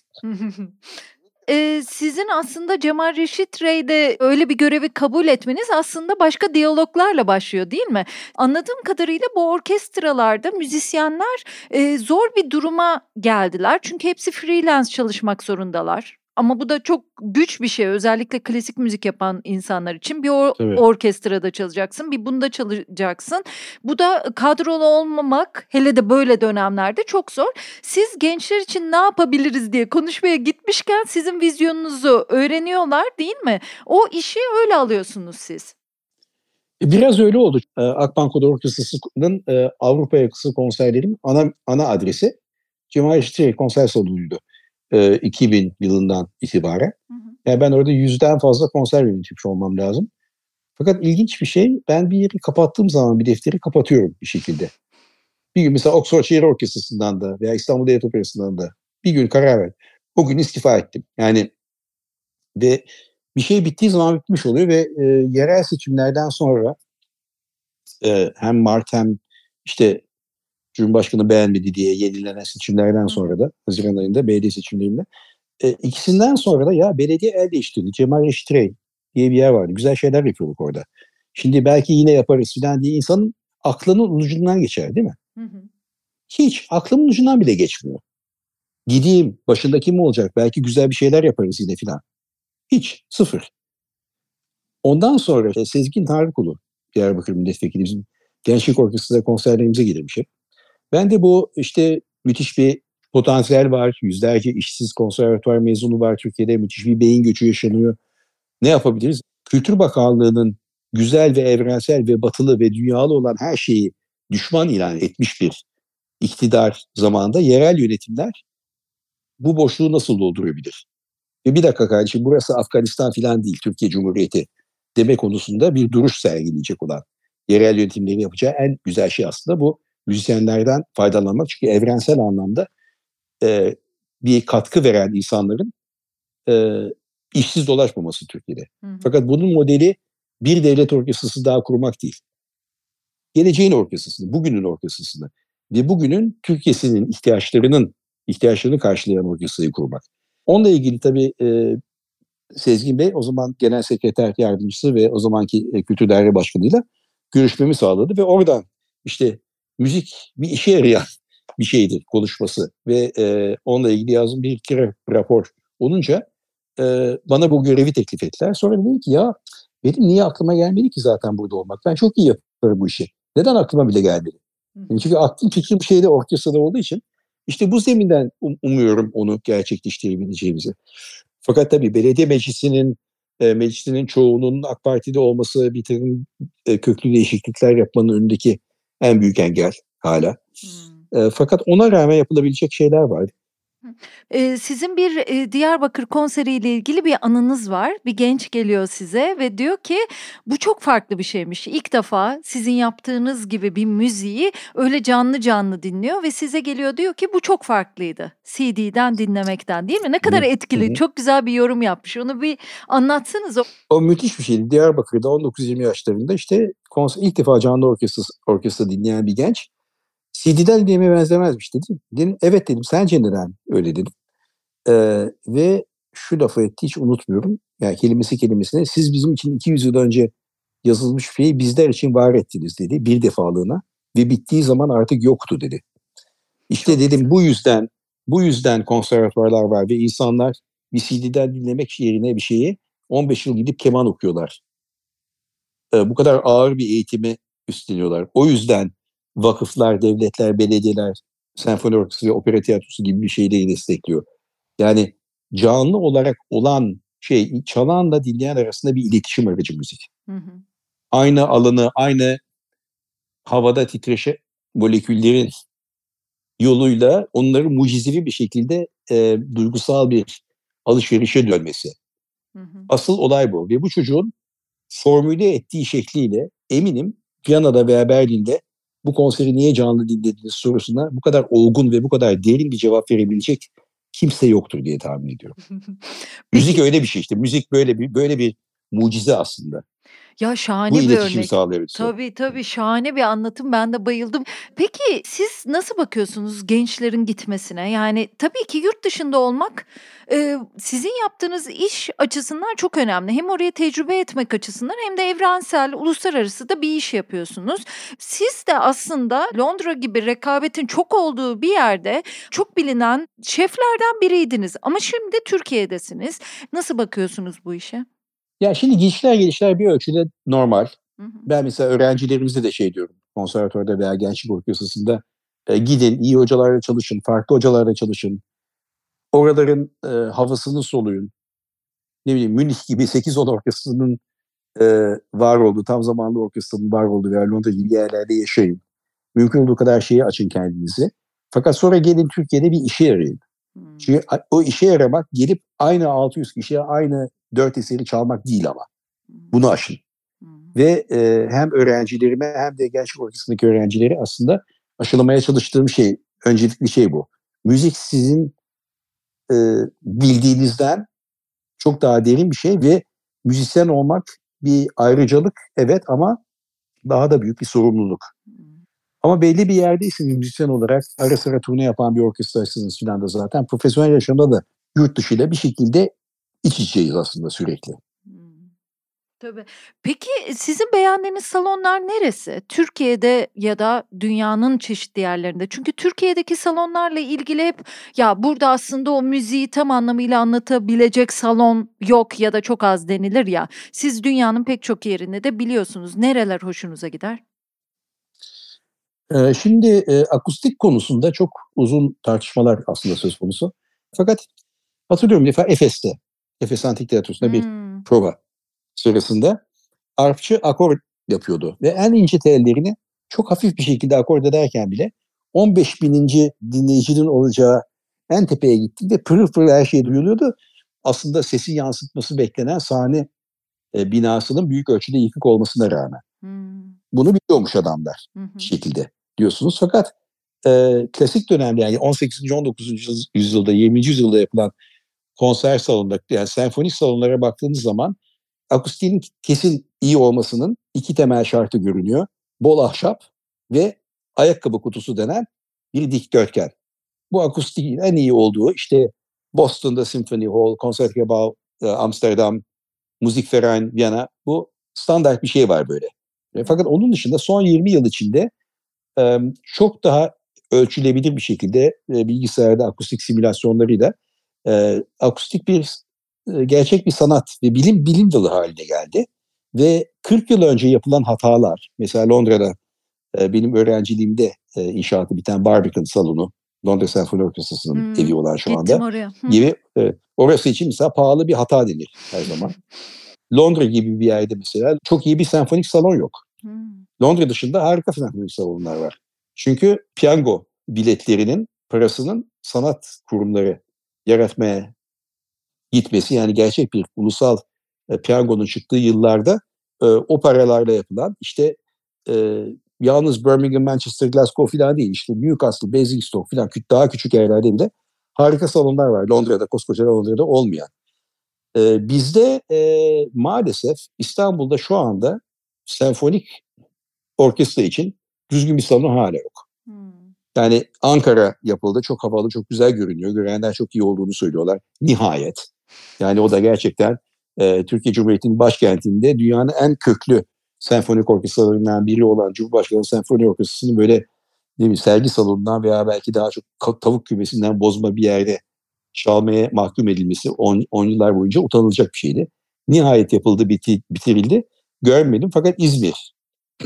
Ee, sizin aslında Cemal Reşit Rey'de öyle bir görevi kabul etmeniz aslında başka diyaloglarla başlıyor değil mi? Anladığım kadarıyla bu orkestralarda müzisyenler e, zor bir duruma geldiler. Çünkü hepsi freelance çalışmak zorundalar. Ama bu da çok güç bir şey, özellikle klasik müzik yapan insanlar için. Bir or- evet. orkestrada çalacaksın, bir bunda çalacaksın. Bu da kadrolu olmamak, hele de böyle dönemlerde çok zor. Siz gençler için ne yapabiliriz diye konuşmaya gitmişken sizin vizyonunuzu öğreniyorlar değil mi? O işi öyle alıyorsunuz siz. Biraz öyle oldu. Akbank Orkestrası'nın Avrupa yakası konserlerin ana ana adresi Cemal Reşit Rey konser salonuydu. iki bin yılından itibaren. Hı hı. Yani ben orada yüzden fazla konser yönetmiş olmam lazım. Fakat ilginç bir şey, ben bir yeri kapattığım zaman bir defteri kapatıyorum bir şekilde. Bir gün mesela Oxford Şehir Orkestrası'ndan da veya İstanbul Devlet Operası'ndan da bir gün karar verdim. O gün istifa ettim. Yani ve bir şey bittiği zaman bitmiş oluyor ve e, yerel seçimlerden sonra e, hem Mart hem işte Cumhurbaşkanı beğenmedi diye yenilenen seçimlerden sonra da Haziran ayında belediye seçimlerinde e, ikisinden sonra da ya belediye el değiştirdi. Cemal Reşit Rey diye bir yer vardı. Güzel şeyler yapıyorduk orada. Şimdi belki yine yaparız falan diye insanın aklının ucundan geçer değil mi? Hı hı. Hiç aklımın ucundan bile geçmiyor. Gideyim, başındaki mi olacak? Belki güzel bir şeyler yaparız yine falan. Hiç, sıfır. Ondan sonra e, Sezgin Tanrıkulu, Diyarbakır Milletvekili, bizim Gençlik Orkestrası'nda konserlerimize gelirmiş hep. Ben de bu işte müthiş bir potansiyel var. Yüzlerce işsiz konservatuvar mezunu var Türkiye'de. Müthiş bir beyin göçü yaşanıyor. Ne yapabiliriz? Kültür Bakanlığı'nın güzel ve evrensel ve batılı ve dünyalı olan her şeyi düşman ilan etmiş bir iktidar zamanında yerel yönetimler bu boşluğu nasıl doldurabilir? Ve bir dakika kardeşim, burası Afganistan falan değil, Türkiye Cumhuriyeti deme konusunda bir duruş sergileyecek olan yerel yönetimlerin yapacağı en güzel şey aslında bu. Müzisyenlerden faydalanmak. Çünkü evrensel anlamda e, bir katkı veren insanların e, işsiz dolaşmaması Türkiye'de. Hı hı. Fakat bunun modeli bir devlet orkestrası daha kurmak değil. Geleceğin orkestrasını, bugünün orkestrasını ve bugünün Türkiye'sinin ihtiyaçlarının ihtiyaçlarını karşılayan orkestrayı kurmak. Onunla ilgili tabii e, Sezgin Bey o zaman genel sekreter yardımcısı ve o zamanki e, Kültür Daire Başkanı'yla görüşmemi sağladı ve oradan işte müzik bir işe yarayan bir şeydir konuşması ve e, onunla ilgili yazdığım bir iki rapor olunca e, bana bu görevi teklif ettiler. Sonra dedim ki ya benim niye aklıma gelmedi ki zaten burada olmak? Ben çok iyi yaparım bu işi. Neden aklıma bile gelmedi? Yani çünkü aklım fikrim bir şeyde orkestrada olduğu için işte bu zeminden um, umuyorum onu gerçekleştirebileceğimizi. Fakat tabii belediye meclisinin e, meclisinin çoğunun AK Parti'de olması bir takım e, köklü değişiklikler yapmanın önündeki en büyük engel hala. Hmm. E, fakat ona rağmen yapılabilecek şeyler var. Ee, sizin bir e, Diyarbakır konseriyle ilgili bir anınız var. Bir genç geliyor size ve diyor ki bu çok farklı bir şeymiş. İlk defa sizin yaptığınız gibi bir müziği öyle canlı canlı dinliyor ve size geliyor diyor ki bu çok farklıydı. C D'den dinlemekten, değil mi? Ne kadar etkili, Hı-hı. Çok güzel bir yorum yapmış. Onu bir anlatsanız. O, o müthiş bir şeydi. Diyarbakır'da on dokuz yirmi yaşlarında işte konser, ilk defa canlı orkestra, orkestra dinleyen bir genç. C D'den dinlemeye benzemezmiş dedi. Dedim, evet dedim, sence neden öyle dedim. Ee, ve şu lafı etti, hiç unutmuyorum. Yani kelimesi kelimesine siz bizim için iki yüz yıl önce yazılmış bir şeyi bizler için var ettiniz dedi bir defalığına ve bittiği zaman artık yoktu dedi. İşte Çok dedim güzel. bu yüzden bu yüzden konservatuvarlar var ve insanlar bir C D'den dinlemek yerine bir şeyi on beş yıl gidip keman okuyorlar. Ee, bu kadar ağır bir eğitimi üstleniyorlar. O yüzden vakıflar, devletler, belediyeler, senfoni orkestrası ve opera tiyatrosu gibi bir şeyleri destekliyor. Yani canlı olarak olan şey, çalanla dinleyen arasında bir iletişim aracı müzik. Hı hı. Aynı alanı, aynı havada titreşe moleküllerin yoluyla onları mucizevi bir şekilde e, duygusal bir alışverişe dönmesi. Hı hı. Asıl olay bu. Ve bu çocuğun formüle ettiği şekliyle eminim Viyana'da veya Berlin'de bu konseri niye canlı dinlediniz sorusuna bu kadar olgun ve bu kadar derin bir cevap verebilecek kimse yoktur diye tahmin ediyorum. Müzik öyle bir şey işte. Müzik böyle bir böyle bir mucize aslında. Ya şahane Bu bir iletişimi örnek. sağlayabilir. Tabii tabii şahane bir anlatım. Ben de bayıldım. Peki siz nasıl bakıyorsunuz gençlerin gitmesine? Yani tabii ki yurt dışında olmak e, sizin yaptığınız iş açısından çok önemli. Hem oraya tecrübe etmek açısından hem de evrensel, uluslararası da bir iş yapıyorsunuz. Siz de aslında Londra gibi rekabetin çok olduğu bir yerde çok bilinen şeflerden biriydiniz. Ama şimdi Türkiye'desiniz. Nasıl bakıyorsunuz bu işe? Ya şimdi gidişler gelişler bir ölçüde normal. Hı hı. Ben mesela öğrencilerimize de şey diyorum. Konservatuvarda veya gençlik orkestrasında e, gidin, iyi hocalarla çalışın, farklı hocalarla çalışın. Oraların e, havasını soluyun. Ne bileyim Münih gibi sekiz on orkestrasının e, var olduğu, tam zamanlı orkestranın var olduğu veya Londra gibi yerlerde yaşayın. Mümkün olduğu kadar şeyi açın kendinizi. Fakat sonra gelin Türkiye'de bir işe yarayın. Hmm. Çünkü o işe yaramak gelip aynı altı yüz kişiye aynı dört eseri çalmak değil ama. Bunu aşın. Hmm. Ve e, hem öğrencilerime hem de gençlik orkestrasındaki öğrencileri aslında aşılamaya çalıştığım şey, öncelikli şey bu. Müzik sizin e, bildiğinizden çok daha derin bir şey ve müzisyen olmak bir ayrıcalık, evet, ama daha da büyük bir sorumluluk. Hmm. Ama belli bir yerdeyseniz müzisyen olarak ara sıra turne yapan bir orkestrasınız filan da zaten profesyonel yaşamda da yurt dışıyla bir şekilde iç içeyiz aslında sürekli. Hmm. Tabii. Peki sizin beğendiğiniz salonlar neresi? Türkiye'de ya da dünyanın çeşitli yerlerinde. Çünkü Türkiye'deki salonlarla ilgili hep ya burada aslında o müziği tam anlamıyla anlatabilecek salon yok ya da çok az denilir ya. Siz dünyanın pek çok yerinde de biliyorsunuz. Nereler hoşunuza gider? Ee, şimdi e, akustik konusunda çok uzun tartışmalar aslında söz konusu. Fakat hatırlıyorum bir defa Efes'te, Efes Antik Tiyatrosu'nda hmm. bir prova sırasında arpçı akor yapıyordu. Ve en ince tellerini çok hafif bir şekilde akord ederken bile on beş bininci dinleyicinin olacağı en tepeye gittik ve pırıl pırıl her şey duyuluyordu. Aslında sesi yansıtması beklenen sahne e, binasının büyük ölçüde yıkık olmasına rağmen. Hmm. Bunu biliyormuş adamlar hmm. bir şekilde diyorsunuz. Fakat e, klasik dönemde yani on sekizinci on dokuzuncu yüzyılda, yirminci yüzyılda yapılan konser salonunda, yani senfonik salonlara baktığınız zaman akustiğin kesin iyi olmasının iki temel şartı görünüyor. Bol ahşap ve ayakkabı kutusu denen bir dikdörtgen. Bu akustiğin en iyi olduğu işte Boston'da Symphony Hall, Concertgebouw, e, Amsterdam, Musikverein, Viyana. Bu standart bir şey var böyle. E, fakat onun dışında son yirmi yıl içinde e, çok daha ölçülebilir bir şekilde e, bilgisayarda akustik simülasyonlarıyla e, akustik bir e, gerçek bir sanat ve bilim bilim dalı haline geldi. Ve kırk yıl önce yapılan hatalar, mesela Londra'da e, benim öğrenciliğimde e, inşaatı biten Barbican Salonu, Londra Senfoni Orkestrası'nın Hmm, evi olan şu gittim anda oraya. Hı. gibi e, orası için mesela pahalı bir hata denir her zaman. Londra gibi bir yerde mesela çok iyi bir senfonik salon yok. Hmm. Londra dışında harika senfonik salonlar var. Çünkü piyango biletlerinin parasının sanat kurumları yaratmaya gitmesi, yani gerçek bir ulusal e, piyangonun çıktığı yıllarda e, o paralarla yapılan işte e, yalnız Birmingham, Manchester, Glasgow falan değil, işte Newcastle, Basingstoke falan daha küçük yerlerde bile harika salonlar var. Londra'da, koskoca Londra'da olmayan. E, bizde e, maalesef İstanbul'da şu anda senfonik orkestra için düzgün bir salon hala yok. Hmm. Yani Ankara yapıldı, çok havalı, çok güzel görünüyor. Görenler çok iyi olduğunu söylüyorlar. Nihayet. Yani o da gerçekten e, Türkiye Cumhuriyeti'nin başkentinde dünyanın en köklü senfonik orkestralarından biri olan Cumhurbaşkanı Senfoni Orkestrası'nın böyle değil mi, sergi salonundan veya belki daha çok tavuk kümesinden bozma bir yerde çalmaya mahkum edilmesi on yıllar boyunca utanılacak bir şeydi. Nihayet yapıldı, biti, bitirildi. Görmedim fakat İzmir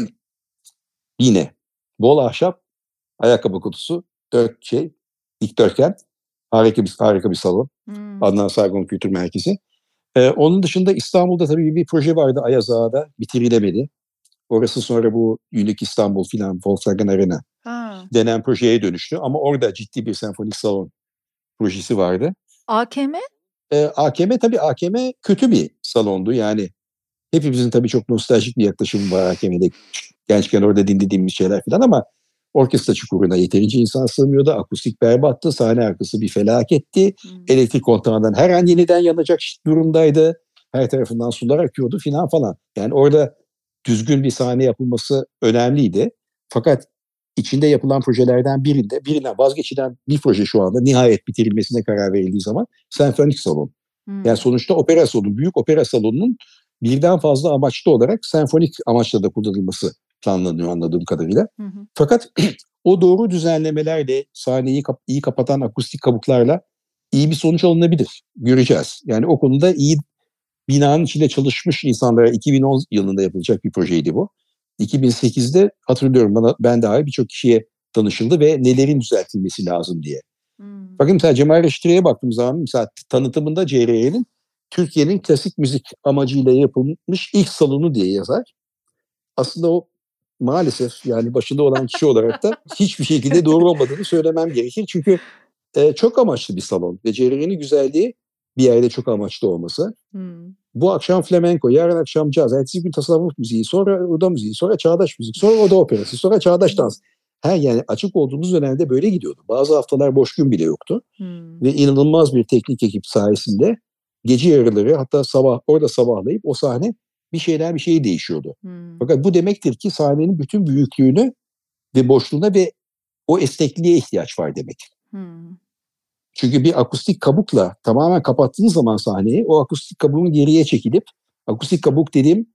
yine bol ahşap, ayakkabı kutusu, dört şey, dikdörtgen, harika bir, harika bir salon. Hmm. Adnan Sargon Kültür Merkezi. Ee, onun dışında İstanbul'da tabii bir proje vardı Ayaz Ağa'da, bitirilemedi. Orası sonra bu Unique İstanbul filan, Volkswagen Arena ha. denen projeye dönüştü. Ama orada ciddi bir senfonik salon projesi vardı. A K M? Ee, A K M tabii A K M kötü bir salondu. Yani hepimizin tabii çok nostaljik bir yaklaşımı var A K M'de. Gençken orada dinlediğimiz şeyler filan ama orkestra çukuruna yeterince insan sığmıyordu. Akustik berbattı. Sahne arkası bir felaketti. Hmm. Elektrik kontağından her an yeniden yanacak durumdaydı. Her tarafından sular akıyordu filan falan. Yani orada düzgün bir sahne yapılması önemliydi. Fakat içinde yapılan projelerden birinde, birinden vazgeçilen bir proje şu anda nihayet bitirilmesine karar verildiği zaman senfonik salon. Hmm. Yani sonuçta opera salonu, büyük opera salonunun birden fazla amaçlı olarak senfonik amaçla da kullanılması planlanıyor anladığım kadarıyla. Hı hı. Fakat o doğru düzenlemelerle, sahneyi kap- iyi kapatan akustik kabuklarla iyi bir sonuç alınabilir. Göreceğiz. Yani o konuda iyi binanın içinde çalışmış insanlara iki bin on yılında yapılacak bir projeydi bu. iki bin sekizde hatırlıyorum bana, ben dahil birçok kişiye danışıldı ve nelerin düzeltilmesi lazım diye. Hmm. Bakın mesela Cemal Reşitre'ye baktığım zaman mesela tanıtımında C R Y'nin Türkiye'nin klasik müzik amacıyla yapılmış ilk salonu diye yazar. Aslında o maalesef yani başında olan kişi olarak da hiçbir şekilde doğru olmadığını söylemem gerekir. Çünkü e, çok amaçlı bir salon ve C R Y'nin güzelliği bir yerde çok amaçlı olması. Hmm. Bu akşam flamenko, yarın akşam caz, ertesi gün tasavvuf müziği, sonra oda müziği, sonra çağdaş müzik, sonra oda operası, sonra çağdaş dans. Her yani açık olduğumuz dönemde böyle gidiyordu. Bazı haftalar boş gün bile yoktu. Hmm. Ve inanılmaz bir teknik ekip sayesinde gece yarıları hatta sabah orada sabahlayıp o sahne bir şeyler bir şey değişiyordu. Hmm. Fakat bu demektir ki sahnenin bütün büyüklüğünü ve boşluğuna ve o esnekliğe ihtiyaç var demek. Hmm. Çünkü bir akustik kabukla tamamen kapattığınız zaman sahneyi, o akustik kabuğun geriye çekilip, akustik kabuk dediğim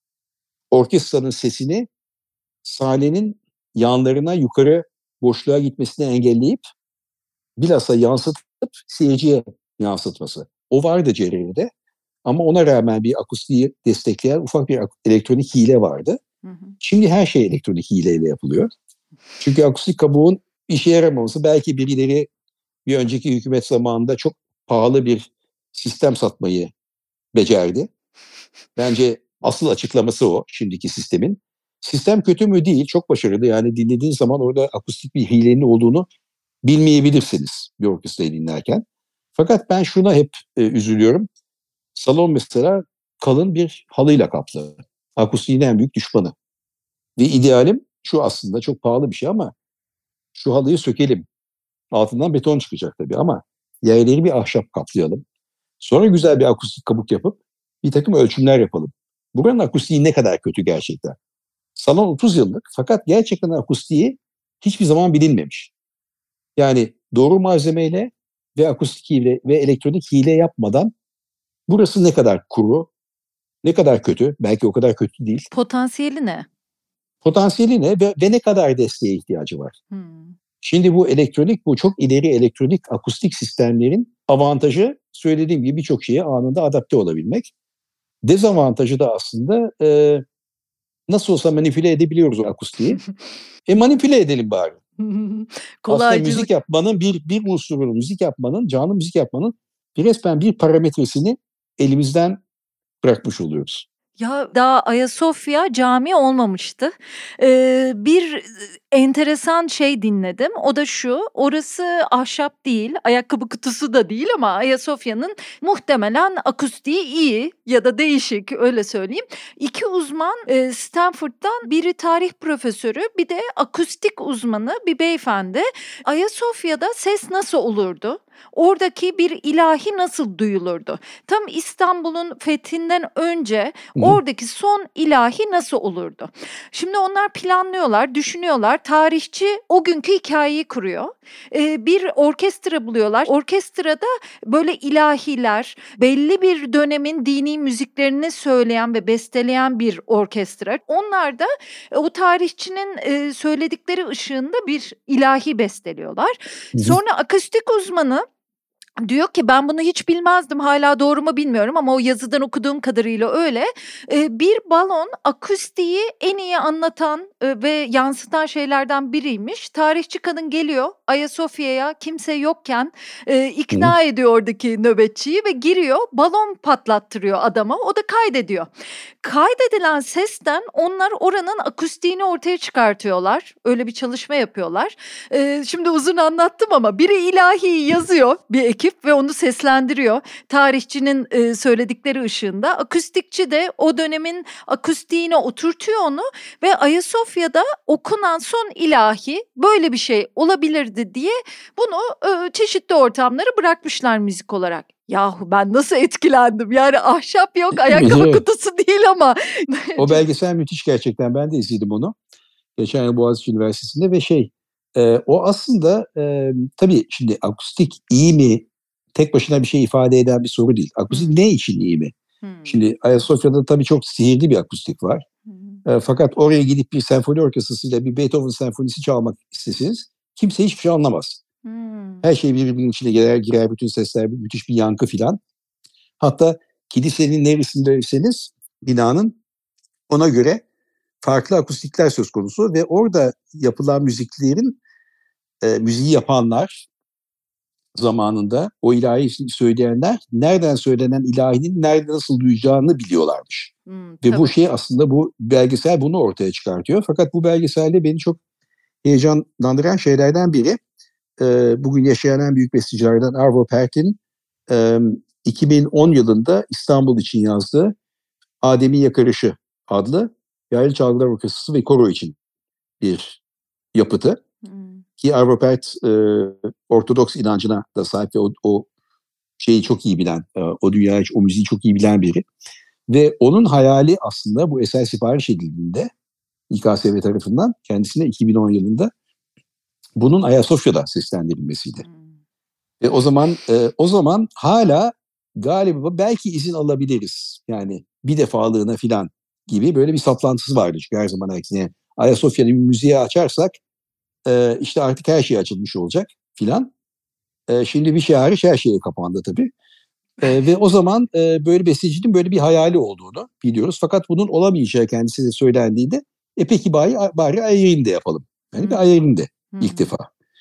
orkestranın sesini sahnenin yanlarına yukarı boşluğa gitmesini engelleyip bilhassa yansıtıp seyirciye yansıtması. O vardı C R Y'de ama ona rağmen bir akustiği destekleyen ufak bir elektronik hile vardı. Hı hı. Şimdi her şey elektronik hileyle yapılıyor. Çünkü akustik kabuğun işe yaramaması belki birileri bir önceki hükümet zamanında çok pahalı bir sistem satmayı becerdi. Bence asıl açıklaması o şimdiki sistemin. Sistem kötü mü değil, çok başarılı. Yani dinlediğin zaman orada akustik bir hilenin olduğunu bilmeyebilirsiniz bir orkestrayı dinlerken. Fakat ben şuna hep e, üzülüyorum. Salon mesela kalın bir halıyla kaplı. Akustiğin en büyük düşmanı. Ve idealim şu, aslında çok pahalı bir şey ama şu halıyı sökelim. Altından beton çıkacak tabii ama yerleri bir ahşap kaplayalım. Sonra güzel bir akustik kabuk yapıp bir takım ölçümler yapalım. Buranın akustiği ne kadar kötü gerçekten. Salon otuz yıllık fakat gerçekten akustiği hiçbir zaman bilinmemiş. Yani doğru malzemeyle ve akustik hile ve elektronik hile yapmadan burası ne kadar kuru, ne kadar kötü, belki o kadar kötü değil. Potansiyeli ne? Potansiyeli ne ve, ve ne kadar desteğe ihtiyacı var? Hmm. Şimdi bu elektronik, bu çok ileri elektronik akustik sistemlerin avantajı söylediğim gibi birçok şeye anında adapte olabilmek. Dezavantajı da aslında e, nasıl olsa manipüle edebiliyoruz o akustiği. e manipüle edelim bari. Aslında müzik yapmanın bir bir unsurunu, müzik yapmanın, canlı müzik yapmanın bir resmen bir parametresini elimizden bırakmış oluyoruz. Ya daha Ayasofya cami olmamıştı. Ee, bir enteresan şey dinledim. O da şu: orası ahşap değil, ayakkabı kutusu da değil ama Ayasofya'nın muhtemelen akustiği iyi ya da değişik, öyle söyleyeyim. İki uzman e, Stanford'dan, biri tarih profesörü, bir de akustik uzmanı bir beyefendi. Ayasofya'da ses nasıl olurdu? Oradaki bir ilahi nasıl duyulurdu? Tam İstanbul'un fethinden önce oradaki son ilahi nasıl olurdu? Şimdi onlar planlıyorlar, düşünüyorlar. Tarihçi o günkü hikayeyi kuruyor. Ee, bir orkestra buluyorlar. Orkestrada böyle ilahiler, belli bir dönemin dini müziklerini söyleyen ve besteleyen bir orkestra. Onlar da o tarihçinin e, söyledikleri ışığında bir ilahi besteliyorlar. Sonra akustik uzmanı diyor ki ben bunu hiç bilmezdim, hala doğru mu bilmiyorum ama o yazıdan okuduğum kadarıyla öyle. Ee, bir balon akustiği en iyi anlatan e, ve yansıtan şeylerden biriymiş. Tarihçi kadın geliyor Ayasofya'ya kimse yokken e, ikna Hı. ediyor oradaki nöbetçiyi ve giriyor, balon patlattırıyor adama, o da kaydediyor. Kaydedilen sesten onlar oranın akustiğini ortaya çıkartıyorlar. Öyle bir çalışma yapıyorlar. Ee, şimdi uzun anlattım ama biri ilahiyi yazıyor bir ekip ve onu seslendiriyor. Tarihçinin e, söyledikleri ışığında. Akustikçi de o dönemin akustiğine oturtuyor onu ve Ayasofya'da okunan son ilahi böyle bir şey olabilirdi diye bunu e, çeşitli ortamlara bırakmışlar müzik olarak. Yahu ben nasıl etkilendim. Yani ahşap yok, ayakkabı kutusu değil ama. O belgesel müthiş gerçekten. Ben de izledim onu. Geçen yıl Boğaziçi Üniversitesi'nde ve şey e, o aslında e, tabii şimdi akustik iyi mi, tek başına bir şey ifade eden bir soru değil. Akustik hmm. ne için iyi mi? Hmm. Şimdi Ayasofya'da tabii çok sihirli bir akustik var. Hmm. E, fakat oraya gidip bir senfoni orkestrasıyla bir Beethoven senfonisi çalmak isteseniz kimse hiçbir şey anlamaz. Hmm. Her şey birbirinin içine girer, girer bütün sesler, müthiş bir yankı filan. Hatta kilisenin neresindeyseniz binanın, ona göre farklı akustikler söz konusu ve orada yapılan müziklerin e, müziği yapanlar zamanında, o ilahi söyleyenler nereden söylenen ilahinin nerede nasıl duyacağını biliyorlarmış. Hmm, ve tabii. Bu şey aslında, bu belgesel bunu ortaya çıkartıyor. Fakat bu belgeselde beni çok heyecanlandıran şeylerden biri, e, bugün yaşayan en büyük bestecilerden Arvo Pärt'in e, iki bin on yılında İstanbul için yazdığı Adem'in Yakarışı adlı Yaylı Çalgılar Orkestrası ve Koro için bir yapıtı. Hmm. Ki Arvo Pärt e, Ortodoks inancına da sahip ve o, o şeyi çok iyi bilen, e, o dünyayı, o müziği çok iyi bilen biri. Ve onun hayali aslında bu eser sipariş edildiğinde İ K S V tarafından kendisine iki bin on yılında bunun Ayasofya'da seslendirilmesiydi. Hmm. Ve o zaman e, o zaman hala galiba belki izin alabiliriz. Yani bir defalığına filan gibi böyle bir saplantısı vardı. Çünkü her zaman aksine Ayasofya'nın bir müziği açarsak e, işte artık her şey açılmış olacak filan. E, şimdi bir şey hariç her şeye kapandı tabii. E, ve o zaman e, böyle bestecinin böyle bir hayali olduğunu biliyoruz. Fakat bunun olamayacağı kendisine söylendiğinde e peki bari, bari ayarını da yapalım. Yani hmm. bir ayarını da hmm. ilk defa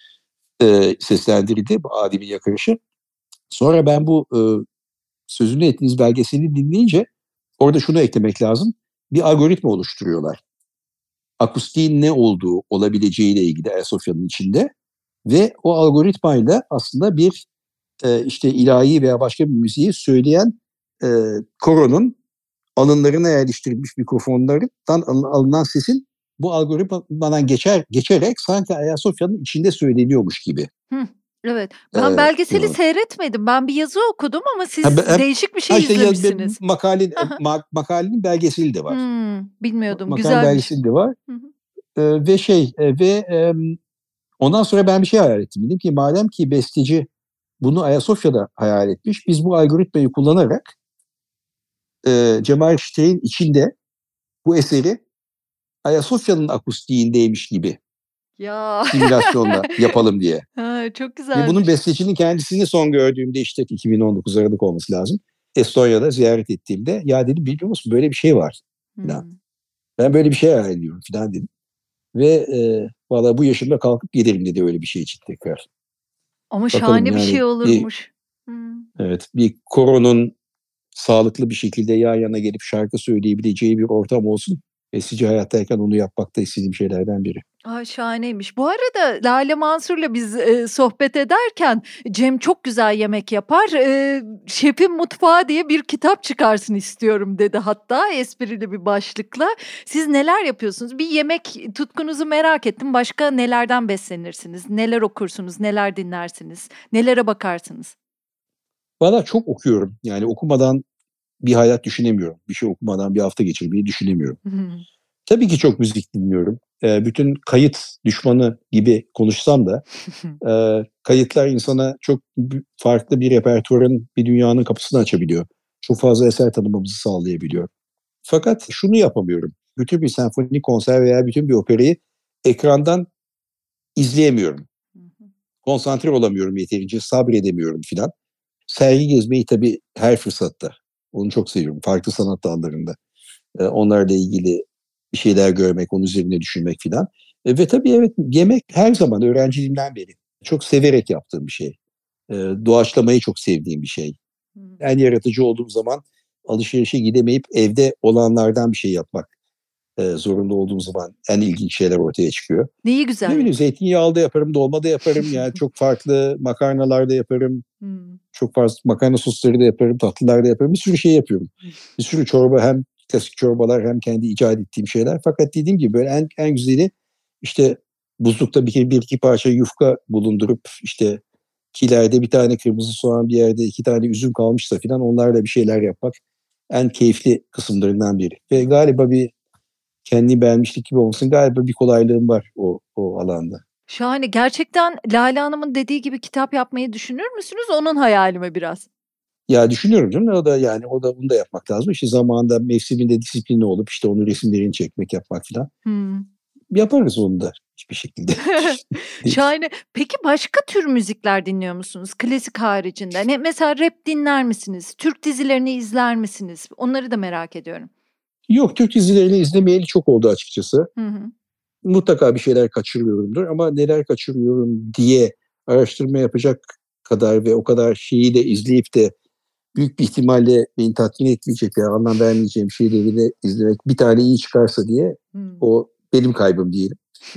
e, seslendirildi bu Adem'in Yakarışı. Sonra ben bu e, sözünü ettiğiniz belgeseli dinleyince orada şunu eklemek lazım. Bir algoritma oluşturuyorlar. Akustiğin ne olduğu olabileceğiyle ilgili Ayasofya'nın içinde ve o algoritmayla aslında bir e, işte ilahi veya başka bir müziği söyleyen e, koronun alınlarına yerleştirilmiş mikrofonlardan alınan sesin bu algoritmadan geçer geçerek sanki Ayasofya'nın içinde söyleniyormuş gibi. Hı. Evet. Ben ee, belgeseli evet. seyretmedim. Ben bir yazı okudum ama siz ha, ben, değişik bir şey işte izlemişsiniz. Ya, makale, ma, makalenin belgeseli de var. Hmm, bilmiyordum. Makale Güzelmiş. belgeseli de var. Ee, ve şey e, ve e, ondan sonra ben bir şey hayal ettim. Dedim ki madem ki besteci bunu Ayasofya'da hayal etmiş. Biz bu algoritmayı kullanarak e, Cemal Şişek'in içinde bu eseri Ayasofya'nın akustiğindeymiş gibi Ya. simülasyonla yapalım diye. Ha, çok Ve bunun güzelmiş. bestecinin kendisini son gördüğümde işte iki bin on dokuz Aralık olması lazım. Estonya'da ziyaret ettiğimde ya dedim biliyor musun böyle bir şey var. Falan. Hmm. Ben böyle bir şey hayal ediyorum falan dedim. Ve e, valla bu yaşımda kalkıp gelirim dedi öyle bir şey için tekrar. Ama Bakalım şahane bir yani, şey bir, olurmuş. Hmm. evet, bir koronun sağlıklı bir şekilde yan yana gelip şarkı söyleyebileceği bir ortam olsun. Eskici hayattayken onu yapmak da istediğim şeylerden biri. Ay, şahaneymiş. Bu arada Lale Mansur'la biz e, sohbet ederken Cem çok güzel yemek yapar. E, Şefin Mutfağı diye bir kitap çıkarsın istiyorum dedi hatta esprili bir başlıkla. Siz neler yapıyorsunuz? Bir yemek tutkunuzu merak ettim. Başka nelerden beslenirsiniz? Neler okursunuz? Neler dinlersiniz? Nelere bakarsınız? Valla çok okuyorum. Yani okumadan bir hayat düşünemiyorum. Bir şey okumadan bir hafta geçirmeyi düşünemiyorum. Tabii ki çok müzik dinliyorum. E, bütün kayıt düşmanı gibi konuşsam da e, kayıtlar insana çok farklı bir repertuarın, bir dünyanın kapısını açabiliyor. Çok fazla eser tanımamızı sağlayabiliyor. Fakat şunu yapamıyorum. Bütün bir senfonik konser veya bütün bir operayı ekrandan izleyemiyorum. Konsantre olamıyorum yeterince, sabredemiyorum filan. Sergi gezmeyi tabii her fırsatta. Onu çok seviyorum. Farklı sanat dallarında. E, onlarla ilgili bir şeyler görmek, onun üzerine düşünmek filan. E, ve tabii evet yemek her zaman öğrenciliğimden beri çok severek yaptığım bir şey. E, doğaçlamayı çok sevdiğim bir şey. En yaratıcı olduğum zaman alışverişe gidemeyip evde olanlardan bir şey yapmak e, zorunda olduğum zaman en ilginç şeyler ortaya çıkıyor. Neyi güzel Ne bileyim yapıyorsun? zeytinyağlı da yaparım, dolma da yaparım. Yani çok farklı makarnalar da yaparım. Hmm. Çok fazla makarna sosları da yaparım, tatlılar da yaparım. Bir sürü şey yapıyorum. Bir sürü çorba, hem klasik çorbalar hem kendi icat ettiğim şeyler. Fakat dediğim gibi böyle en, en güzeli işte buzlukta bir, bir iki parça yufka bulundurup işte kilerde bir tane kırmızı soğan, bir yerde iki tane üzüm kalmışsa filan onlarla bir şeyler yapmak en keyifli kısımlarından biri. Ve galiba bir kendini beğenmişlik gibi olmasın, galiba bir kolaylığım var o, o alanda. Şahane. Gerçekten Lale Hanım'ın dediği gibi kitap yapmayı düşünür müsünüz? Onun hayali mi biraz? Ya düşünüyorum canım, o da yani o da bunu da yapmak lazım. İşte zamanında mevsiminde disiplinli olup işte onun resimlerini çekmek, yapmak falan. Hmm. Yaparız onu da hiçbir şekilde. Şahane. Peki başka tür müzikler dinliyor musunuz? Klasik haricinde. Hani mesela rap dinler misiniz? Türk dizilerini izler misiniz? Onları da merak ediyorum. Yok, Türk dizilerini izlemeyeli çok oldu açıkçası. Hı hı. Mutlaka bir şeyler kaçırıyorumdur ama neler kaçırıyorum diye araştırma yapacak kadar ve o kadar şeyi de izleyip de büyük bir ihtimalle beni tatmin etmeyecek ya anlam vermeyeceğim şeyleri de izlemek bir tane iyi çıkarsa diye Hmm. o benim kaybım diyelim.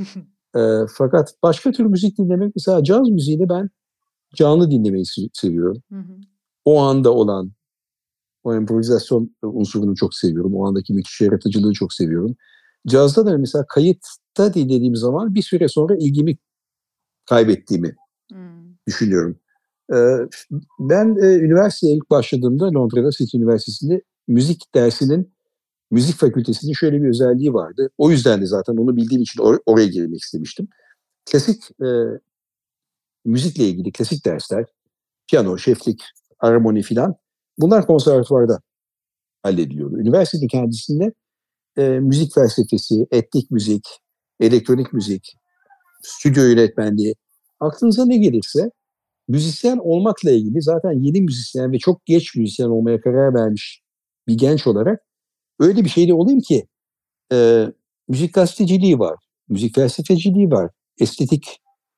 e, fakat başka tür müzik dinlemek, mesela caz müziğini ben canlı dinlemeyi seviyorum. Hı hı. O anda olan o improvizasyon unsurunu çok seviyorum. O andaki müthiş yaratıcılığı çok seviyorum. Cazda da mesela kayıtta dinlediğim zaman bir süre sonra ilgimi kaybettiğimi Hmm. düşünüyorum. Ee, ben e, üniversiteye ilk başladığımda Londra'da City Üniversitesi'nde müzik dersinin, müzik fakültesinin şöyle bir özelliği vardı. O yüzden de zaten onu bildiğim için or- oraya girmek istemiştim. Klasik e, müzikle ilgili klasik dersler, piyano, şeflik, armoni filan, bunlar konservatuvarda hallediliyordu. Üniversitenin kendisinde e, müzik felsefesi, etnik müzik, elektronik müzik, stüdyo yönetmenliği, aklınıza ne gelirse müzisyen olmakla ilgili, zaten yeni müzisyen ve çok geç müzisyen olmaya karar vermiş bir genç olarak öyle bir şeyde olayım ki e, müzik gazeteciliği var, müzik felsefeciliği var, estetik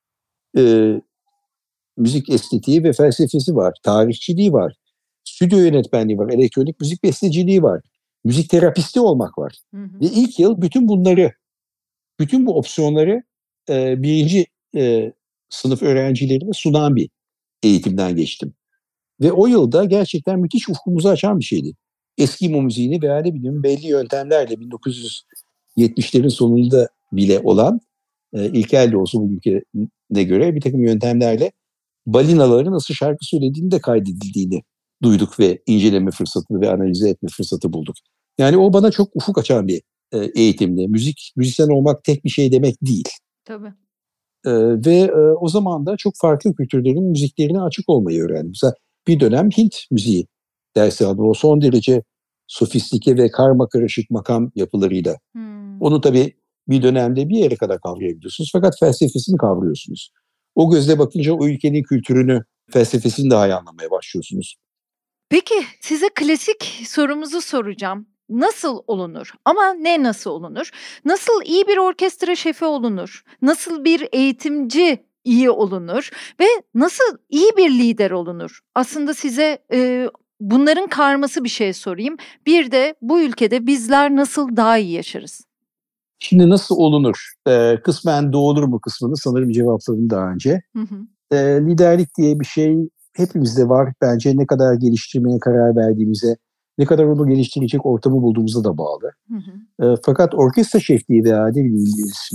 e, müzik estetiği ve felsefesi var, tarihçiliği var, stüdyo yönetmenliği var, elektronik müzik besteciliği var, müzik terapisti olmak var. Hı hı. Ve ilk yıl bütün bunları, bütün bu opsiyonları e, birinci e, sınıf öğrencilerine sunan bir eğitimden geçtim. Ve o yılda gerçekten müthiş ufkumuzu açan bir şeydi. Eskimo müziğini veya ne bileyim belli yöntemlerle bin dokuz yüz yetmişlerin sonunda bile olan, e, ilkel de olsa bugünküne göre bir takım yöntemlerle balinaların nasıl şarkı söylediğini de kaydedildiğini duyduk ve inceleme fırsatı ve analize etme fırsatı bulduk. Yani o bana çok ufuk açan bir e, eğitimdi. Müzik, müzisyen olmak tek bir şey demek değil. Tabii. Ee, ve e, o zaman da çok farklı kültürlerin müziklerine açık olmayı öğrendim. Mesela bir dönem Hint müziği dersi aldım. O son derece sofistike ve karma karışık makam yapılarıyla. Hmm. Onu tabii bir dönemde bir yere kadar kavrayabiliyorsunuz. Fakat felsefesini kavruyorsunuz. O gözle bakınca o ülkenin kültürünü, felsefesini daha iyi anlamaya başlıyorsunuz. Peki size klasik sorumuzu soracağım. Nasıl olunur? Ama ne nasıl olunur? Nasıl iyi bir orkestra şefi olunur? Nasıl bir eğitimci iyi olunur? Ve nasıl iyi bir lider olunur? Aslında size e, bunların karması bir şey sorayım. Bir de bu ülkede bizler nasıl daha iyi yaşarız? Şimdi nasıl olunur? Ee, kısmen doğulur mu kısmını sanırım cevapladım daha önce. Hı hı. Ee, liderlik diye bir şey hepimizde var. Bence ne kadar geliştirmeye karar verdiğimize, ne kadar onu geliştirecek ortamı bulduğumuza da bağlı. Hı hı. E, fakat orkestra şefliği veya ne bileyim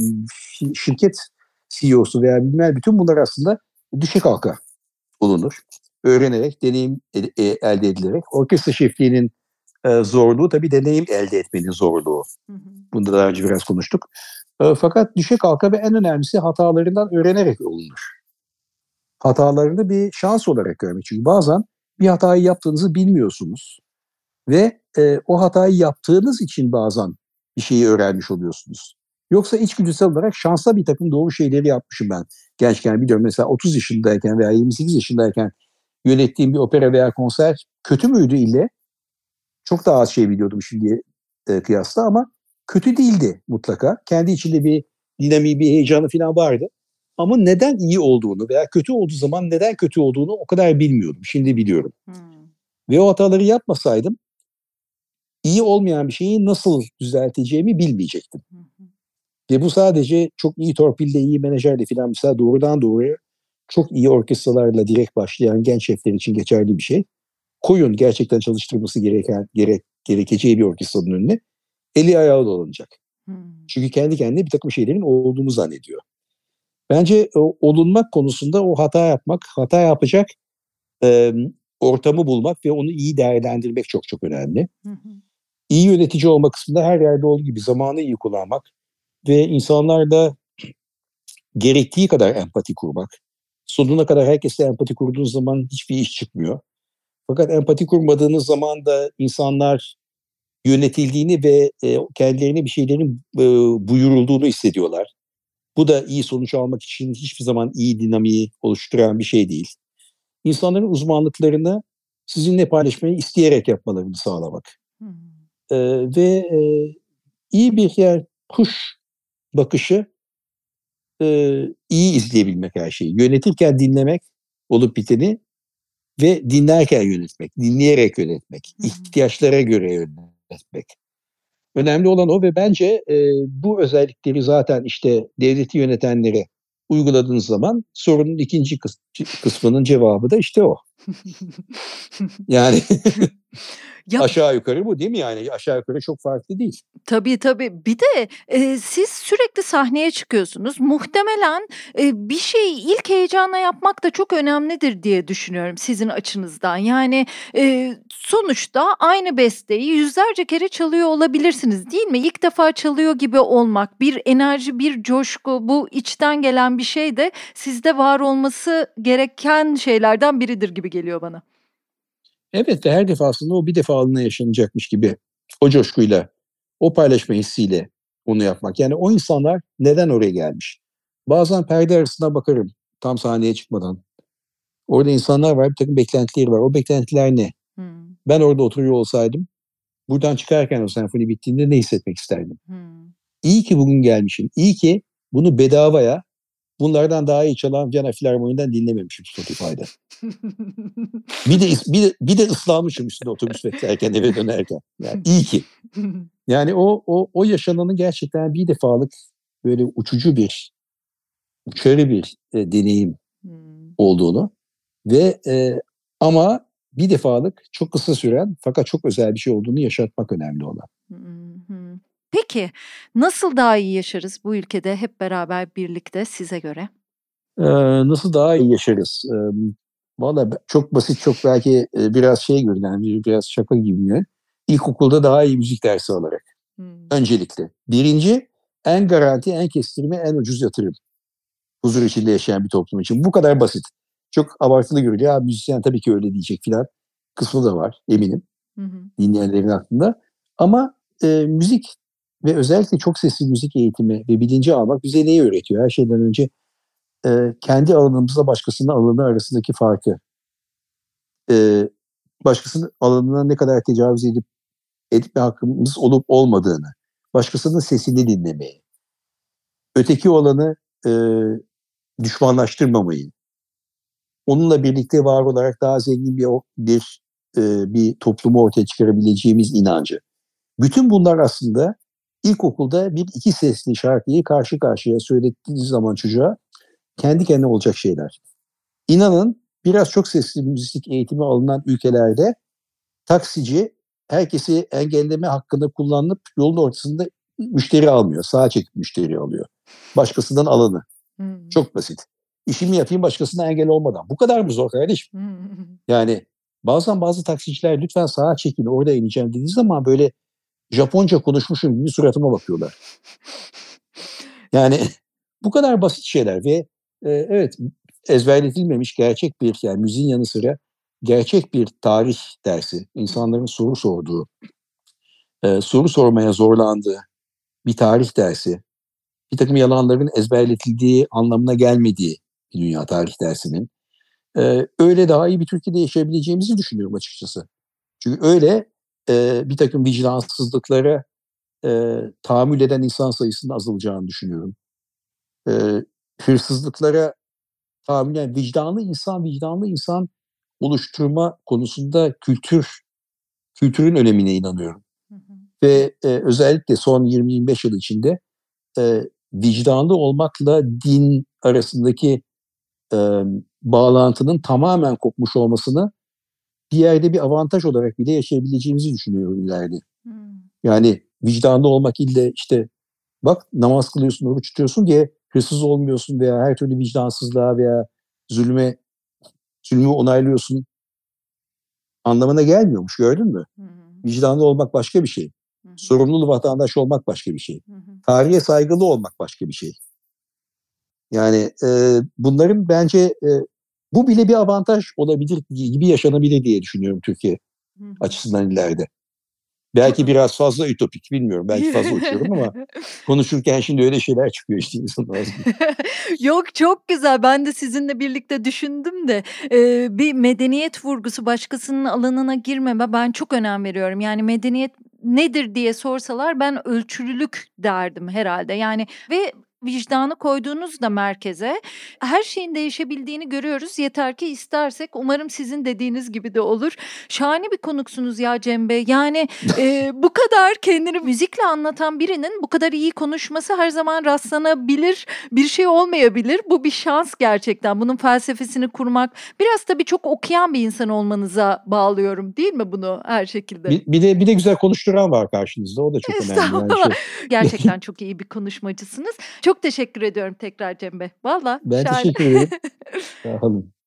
şirket C E O'su veya bilmem bütün bunlar aslında düşe kalka olunur. Öğrenerek, deneyim e, e, elde edilerek. Orkestra şefliğinin e, zorluğu tabii deneyim elde etmenin zorluğu. Hı hı. Bunu da daha önce biraz konuştuk. E, fakat düşe kalka ve en önemlisi hatalarından öğrenerek olunur. Hatalarını bir şans olarak görmek. Çünkü bazen bir hatayı yaptığınızı bilmiyorsunuz. Ve e, o hatayı yaptığınız için bazen bir şeyi öğrenmiş oluyorsunuz. Yoksa içgüdüsel olarak şansla bir takım doğru şeyleri yapmışım ben. Gençken biliyorum mesela otuz yaşındayken veya yirmi sekiz yaşındayken yönettiğim bir opera veya konser kötü müydü ille? Çok daha az şey biliyordum şimdiye e, kıyasla ama kötü değildi mutlaka. Kendi içinde bir dinamiği, bir heyecanı falan vardı. Ama neden iyi olduğunu veya kötü olduğu zaman neden kötü olduğunu o kadar bilmiyordum. Şimdi biliyorum. Hmm. Ve o hataları yapmasaydım iyi olmayan bir şeyi nasıl düzelteceğimi bilmeyecektim. Hı hı. Ve bu sadece çok iyi torpille, iyi menajerle falan mesela doğrudan doğruya çok iyi orkestralarla direkt başlayan genç şefler için geçerli bir şey. Koyun gerçekten çalıştırması gereken gerek, gerekeceği bir orkestranın önüne eli ayağı dolanacak. Hmm. Çünkü kendi kendine bir takım şeylerin olduğunu zannediyor. Bence o, olunmak konusunda o hata yapmak, hata yapacak e, ortamı bulmak ve onu iyi değerlendirmek çok çok önemli. Hı hı. İyi yönetici olma kısmında her yerde olduğu gibi zamanı iyi kullanmak ve insanlarla gerektiği kadar empati kurmak. Sonuna kadar herkesle empati kurduğunuz zaman hiçbir iş çıkmıyor. Fakat empati kurmadığınız zaman da insanlar yönetildiğini ve e, kendilerine bir şeylerin e, buyurulduğunu hissediyorlar. Bu da iyi sonuç almak için hiçbir zaman iyi dinamiği oluşturan bir şey değil. İnsanların uzmanlıklarını sizinle paylaşmayı isteyerek yapmalarını sağlamak. Hı hı. E, ve e, iyi bir yer kuş bakışı e, iyi izleyebilmek her şeyi. Yönetirken dinlemek olup biteni ve dinlerken yönetmek, dinleyerek yönetmek, Hı hı. ihtiyaçlara göre yönetmek. Önemli olan o ve bence e, bu özellikleri zaten işte devleti yönetenlere uyguladığınız zaman sorunun ikinci kıs- kısmının cevabı da işte o. Yani Ya aşağı yukarı bu değil mi yani? Aşağı yukarı çok farklı değil. tabii, tabii. Bir de, eee, siz sürekli sahneye çıkıyorsunuz. Muhtemelen, eee, bir şeyi ilk heyecanla yapmak da çok önemlidir diye düşünüyorum sizin açınızdan. Yani, eee, sonuçta aynı besteyi yüzlerce kere çalıyor olabilirsiniz, değil mi? İlk defa çalıyor gibi olmak, bir enerji, bir coşku, bu içten gelen bir şey de sizde var olması gereken şeylerden biridir gibi geliyor bana. Evet ve her defasında o bir defalığına yaşanacakmış gibi o coşkuyla, o paylaşma hissiyle onu yapmak. Yani o insanlar neden oraya gelmiş? Bazen perde arasına bakarım tam sahneye çıkmadan. Orada insanlar var, bir takım beklentileri var. O beklentiler ne? Hımm. Ben orada oturuyor olsaydım, buradan çıkarken o senfoni bittiğinde ne hissetmek isterdim? Hımm. İyi ki bugün gelmişim. İyi ki bunu bedavaya, bunlardan daha iyi çalan Viyana Filarmoni'den dinlememişim Spotify'da. Bir de bir de, bir de ıslanmışım üstünde otobüs beklerken eve dönerken. Yani iyi ki. Yani o o o yaşananın gerçekten bir defalık böyle uçucu bir, uçarı bir e, deneyim Hımm. olduğunu ve e, ama bir defalık çok kısa süren fakat çok özel bir şey olduğunu yaşatmak önemli olan. Hı hı. Peki, nasıl daha iyi yaşarız bu ülkede hep beraber birlikte size göre? Ee, nasıl daha iyi yaşarız? Ee, Valla çok basit, çok belki e, biraz şey görünen, bir- biraz şaka gibi. İlkokulda daha iyi müzik dersi alarak. Hımm. Öncelikle. Birinci, en garanti, en kestirme, en ucuz yatırım. huzur içinde yaşayan bir toplum için. Bu kadar basit. Çok abartılı görülüyor. Ya müzisyen tabii ki öyle diyecek filan kısmı da var eminim. Hı hı. Dinleyenlerin aklında. Ama e, müzik ve özellikle çok sesli müzik eğitimi ve bilinci almak bize neyi öğretiyor? Her şeyden önce e, kendi alanımızla başkasının alanı arasındaki farkı. E, başkasının alanına ne kadar tecavüz edip etme hakkımız olup olmadığını, başkasının sesini dinlemeyi, öteki olanı e, düşmanlaştırmamayı, onunla birlikte var olarak daha zengin bir bir e, bir toplumu ortaya çıkarabileceğimiz inancı. Bütün bunlar aslında ilkokulda bir iki sesli şarkıyı karşı karşıya söylettiğiniz zaman çocuğa kendi kendine olacak şeyler. İnanın biraz çok sesli müzik eğitimi alınan ülkelerde taksici herkesi engelleme hakkını kullanıp yolun ortasında müşteri almıyor. Sağa çekip müşteri alıyor. Başkasından alanı. Hmm. Çok basit. İşimi yapayım başkasına engel olmadan. Bu kadar mı zor kardeşim? Hmm. Yani bazen bazı taksiciler lütfen sağa çekin orada ineceğim dediği zaman böyle Japonca konuşmuşum gibi suratıma bakıyorlar. Yani bu kadar basit şeyler ve e, evet ezberletilmemiş gerçek bir yani müziğin yanı sıra gerçek bir tarih dersi, insanların soru sorduğu, e, soru sormaya zorlandığı bir tarih dersi, bir takım yalanların ezberletildiği anlamına gelmediği bir dünya tarih dersinin. E, öyle daha iyi bir Türkiye'de yaşayabileceğimizi düşünüyorum açıkçası. Çünkü öyle e, bir takım vicdansızlıklara e, tahammül eden insan sayısının azalacağını düşünüyorum. E, hırsızlıklara tahammül eden vicdanlı insan, vicdanlı insan oluşturma konusunda kültür, kültürün önemine inanıyorum. Hı hı. Ve e, özellikle son yirmi yirmi beş yıl içinde e, vicdanlı olmakla din arasındaki e, bağlantının tamamen kopmuş olmasını bir yerde bir avantaj olarak bile yaşayabileceğimizi düşünüyorum ileride. Hı. Yani vicdanlı olmak ille işte bak namaz kılıyorsun, oruç tutuyorsun diye hırsız olmuyorsun veya her türlü vicdansızlığa veya zulme zulmü onaylıyorsun anlamına gelmiyormuş, gördün mü? Hı hı. Vicdanlı olmak başka bir şey. Hı hı. Sorumlulu vatandaş olmak başka bir şey. Hı hı. Tarihe saygılı olmak başka bir şey. Yani e, bunların bence e, bu bile bir avantaj olabilir gibi yaşanabilir diye düşünüyorum Türkiye hı hı. açısından ileride. Belki biraz fazla ütopik bilmiyorum. Belki fazla uçuyorum ama konuşurken şimdi öyle şeyler çıkıyor işte insanın ağzından. Yok çok güzel. Ben de sizinle birlikte düşündüm de e, bir medeniyet vurgusu başkasının alanına girmeme ben çok önem veriyorum. Yani medeniyet nedir diye sorsalar ben ölçülülük derdim herhalde. Yani ve vicdanı koyduğunuzda merkeze her şeyin değişebildiğini görüyoruz. Yeter ki istersek umarım sizin dediğiniz gibi de olur. Şahane bir konuksunuz ya Cem Bey. Yani e, bu kadar kendini müzikle anlatan birinin bu kadar iyi konuşması her zaman rastlanabilir bir şey olmayabilir. Bu bir şans gerçekten. Bunun felsefesini kurmak biraz tabii çok okuyan bir insan olmanıza bağlıyorum değil mi bunu her şekilde? Bir, bir de bir de güzel konuşturan var karşınızda. O da çok önemli. Yani şey. Gerçekten çok iyi bir konuşmacısınız. Çok teşekkür ediyorum tekrar Cem Bey. Valla. Ben şahane. Teşekkür ederim. Sağ olun.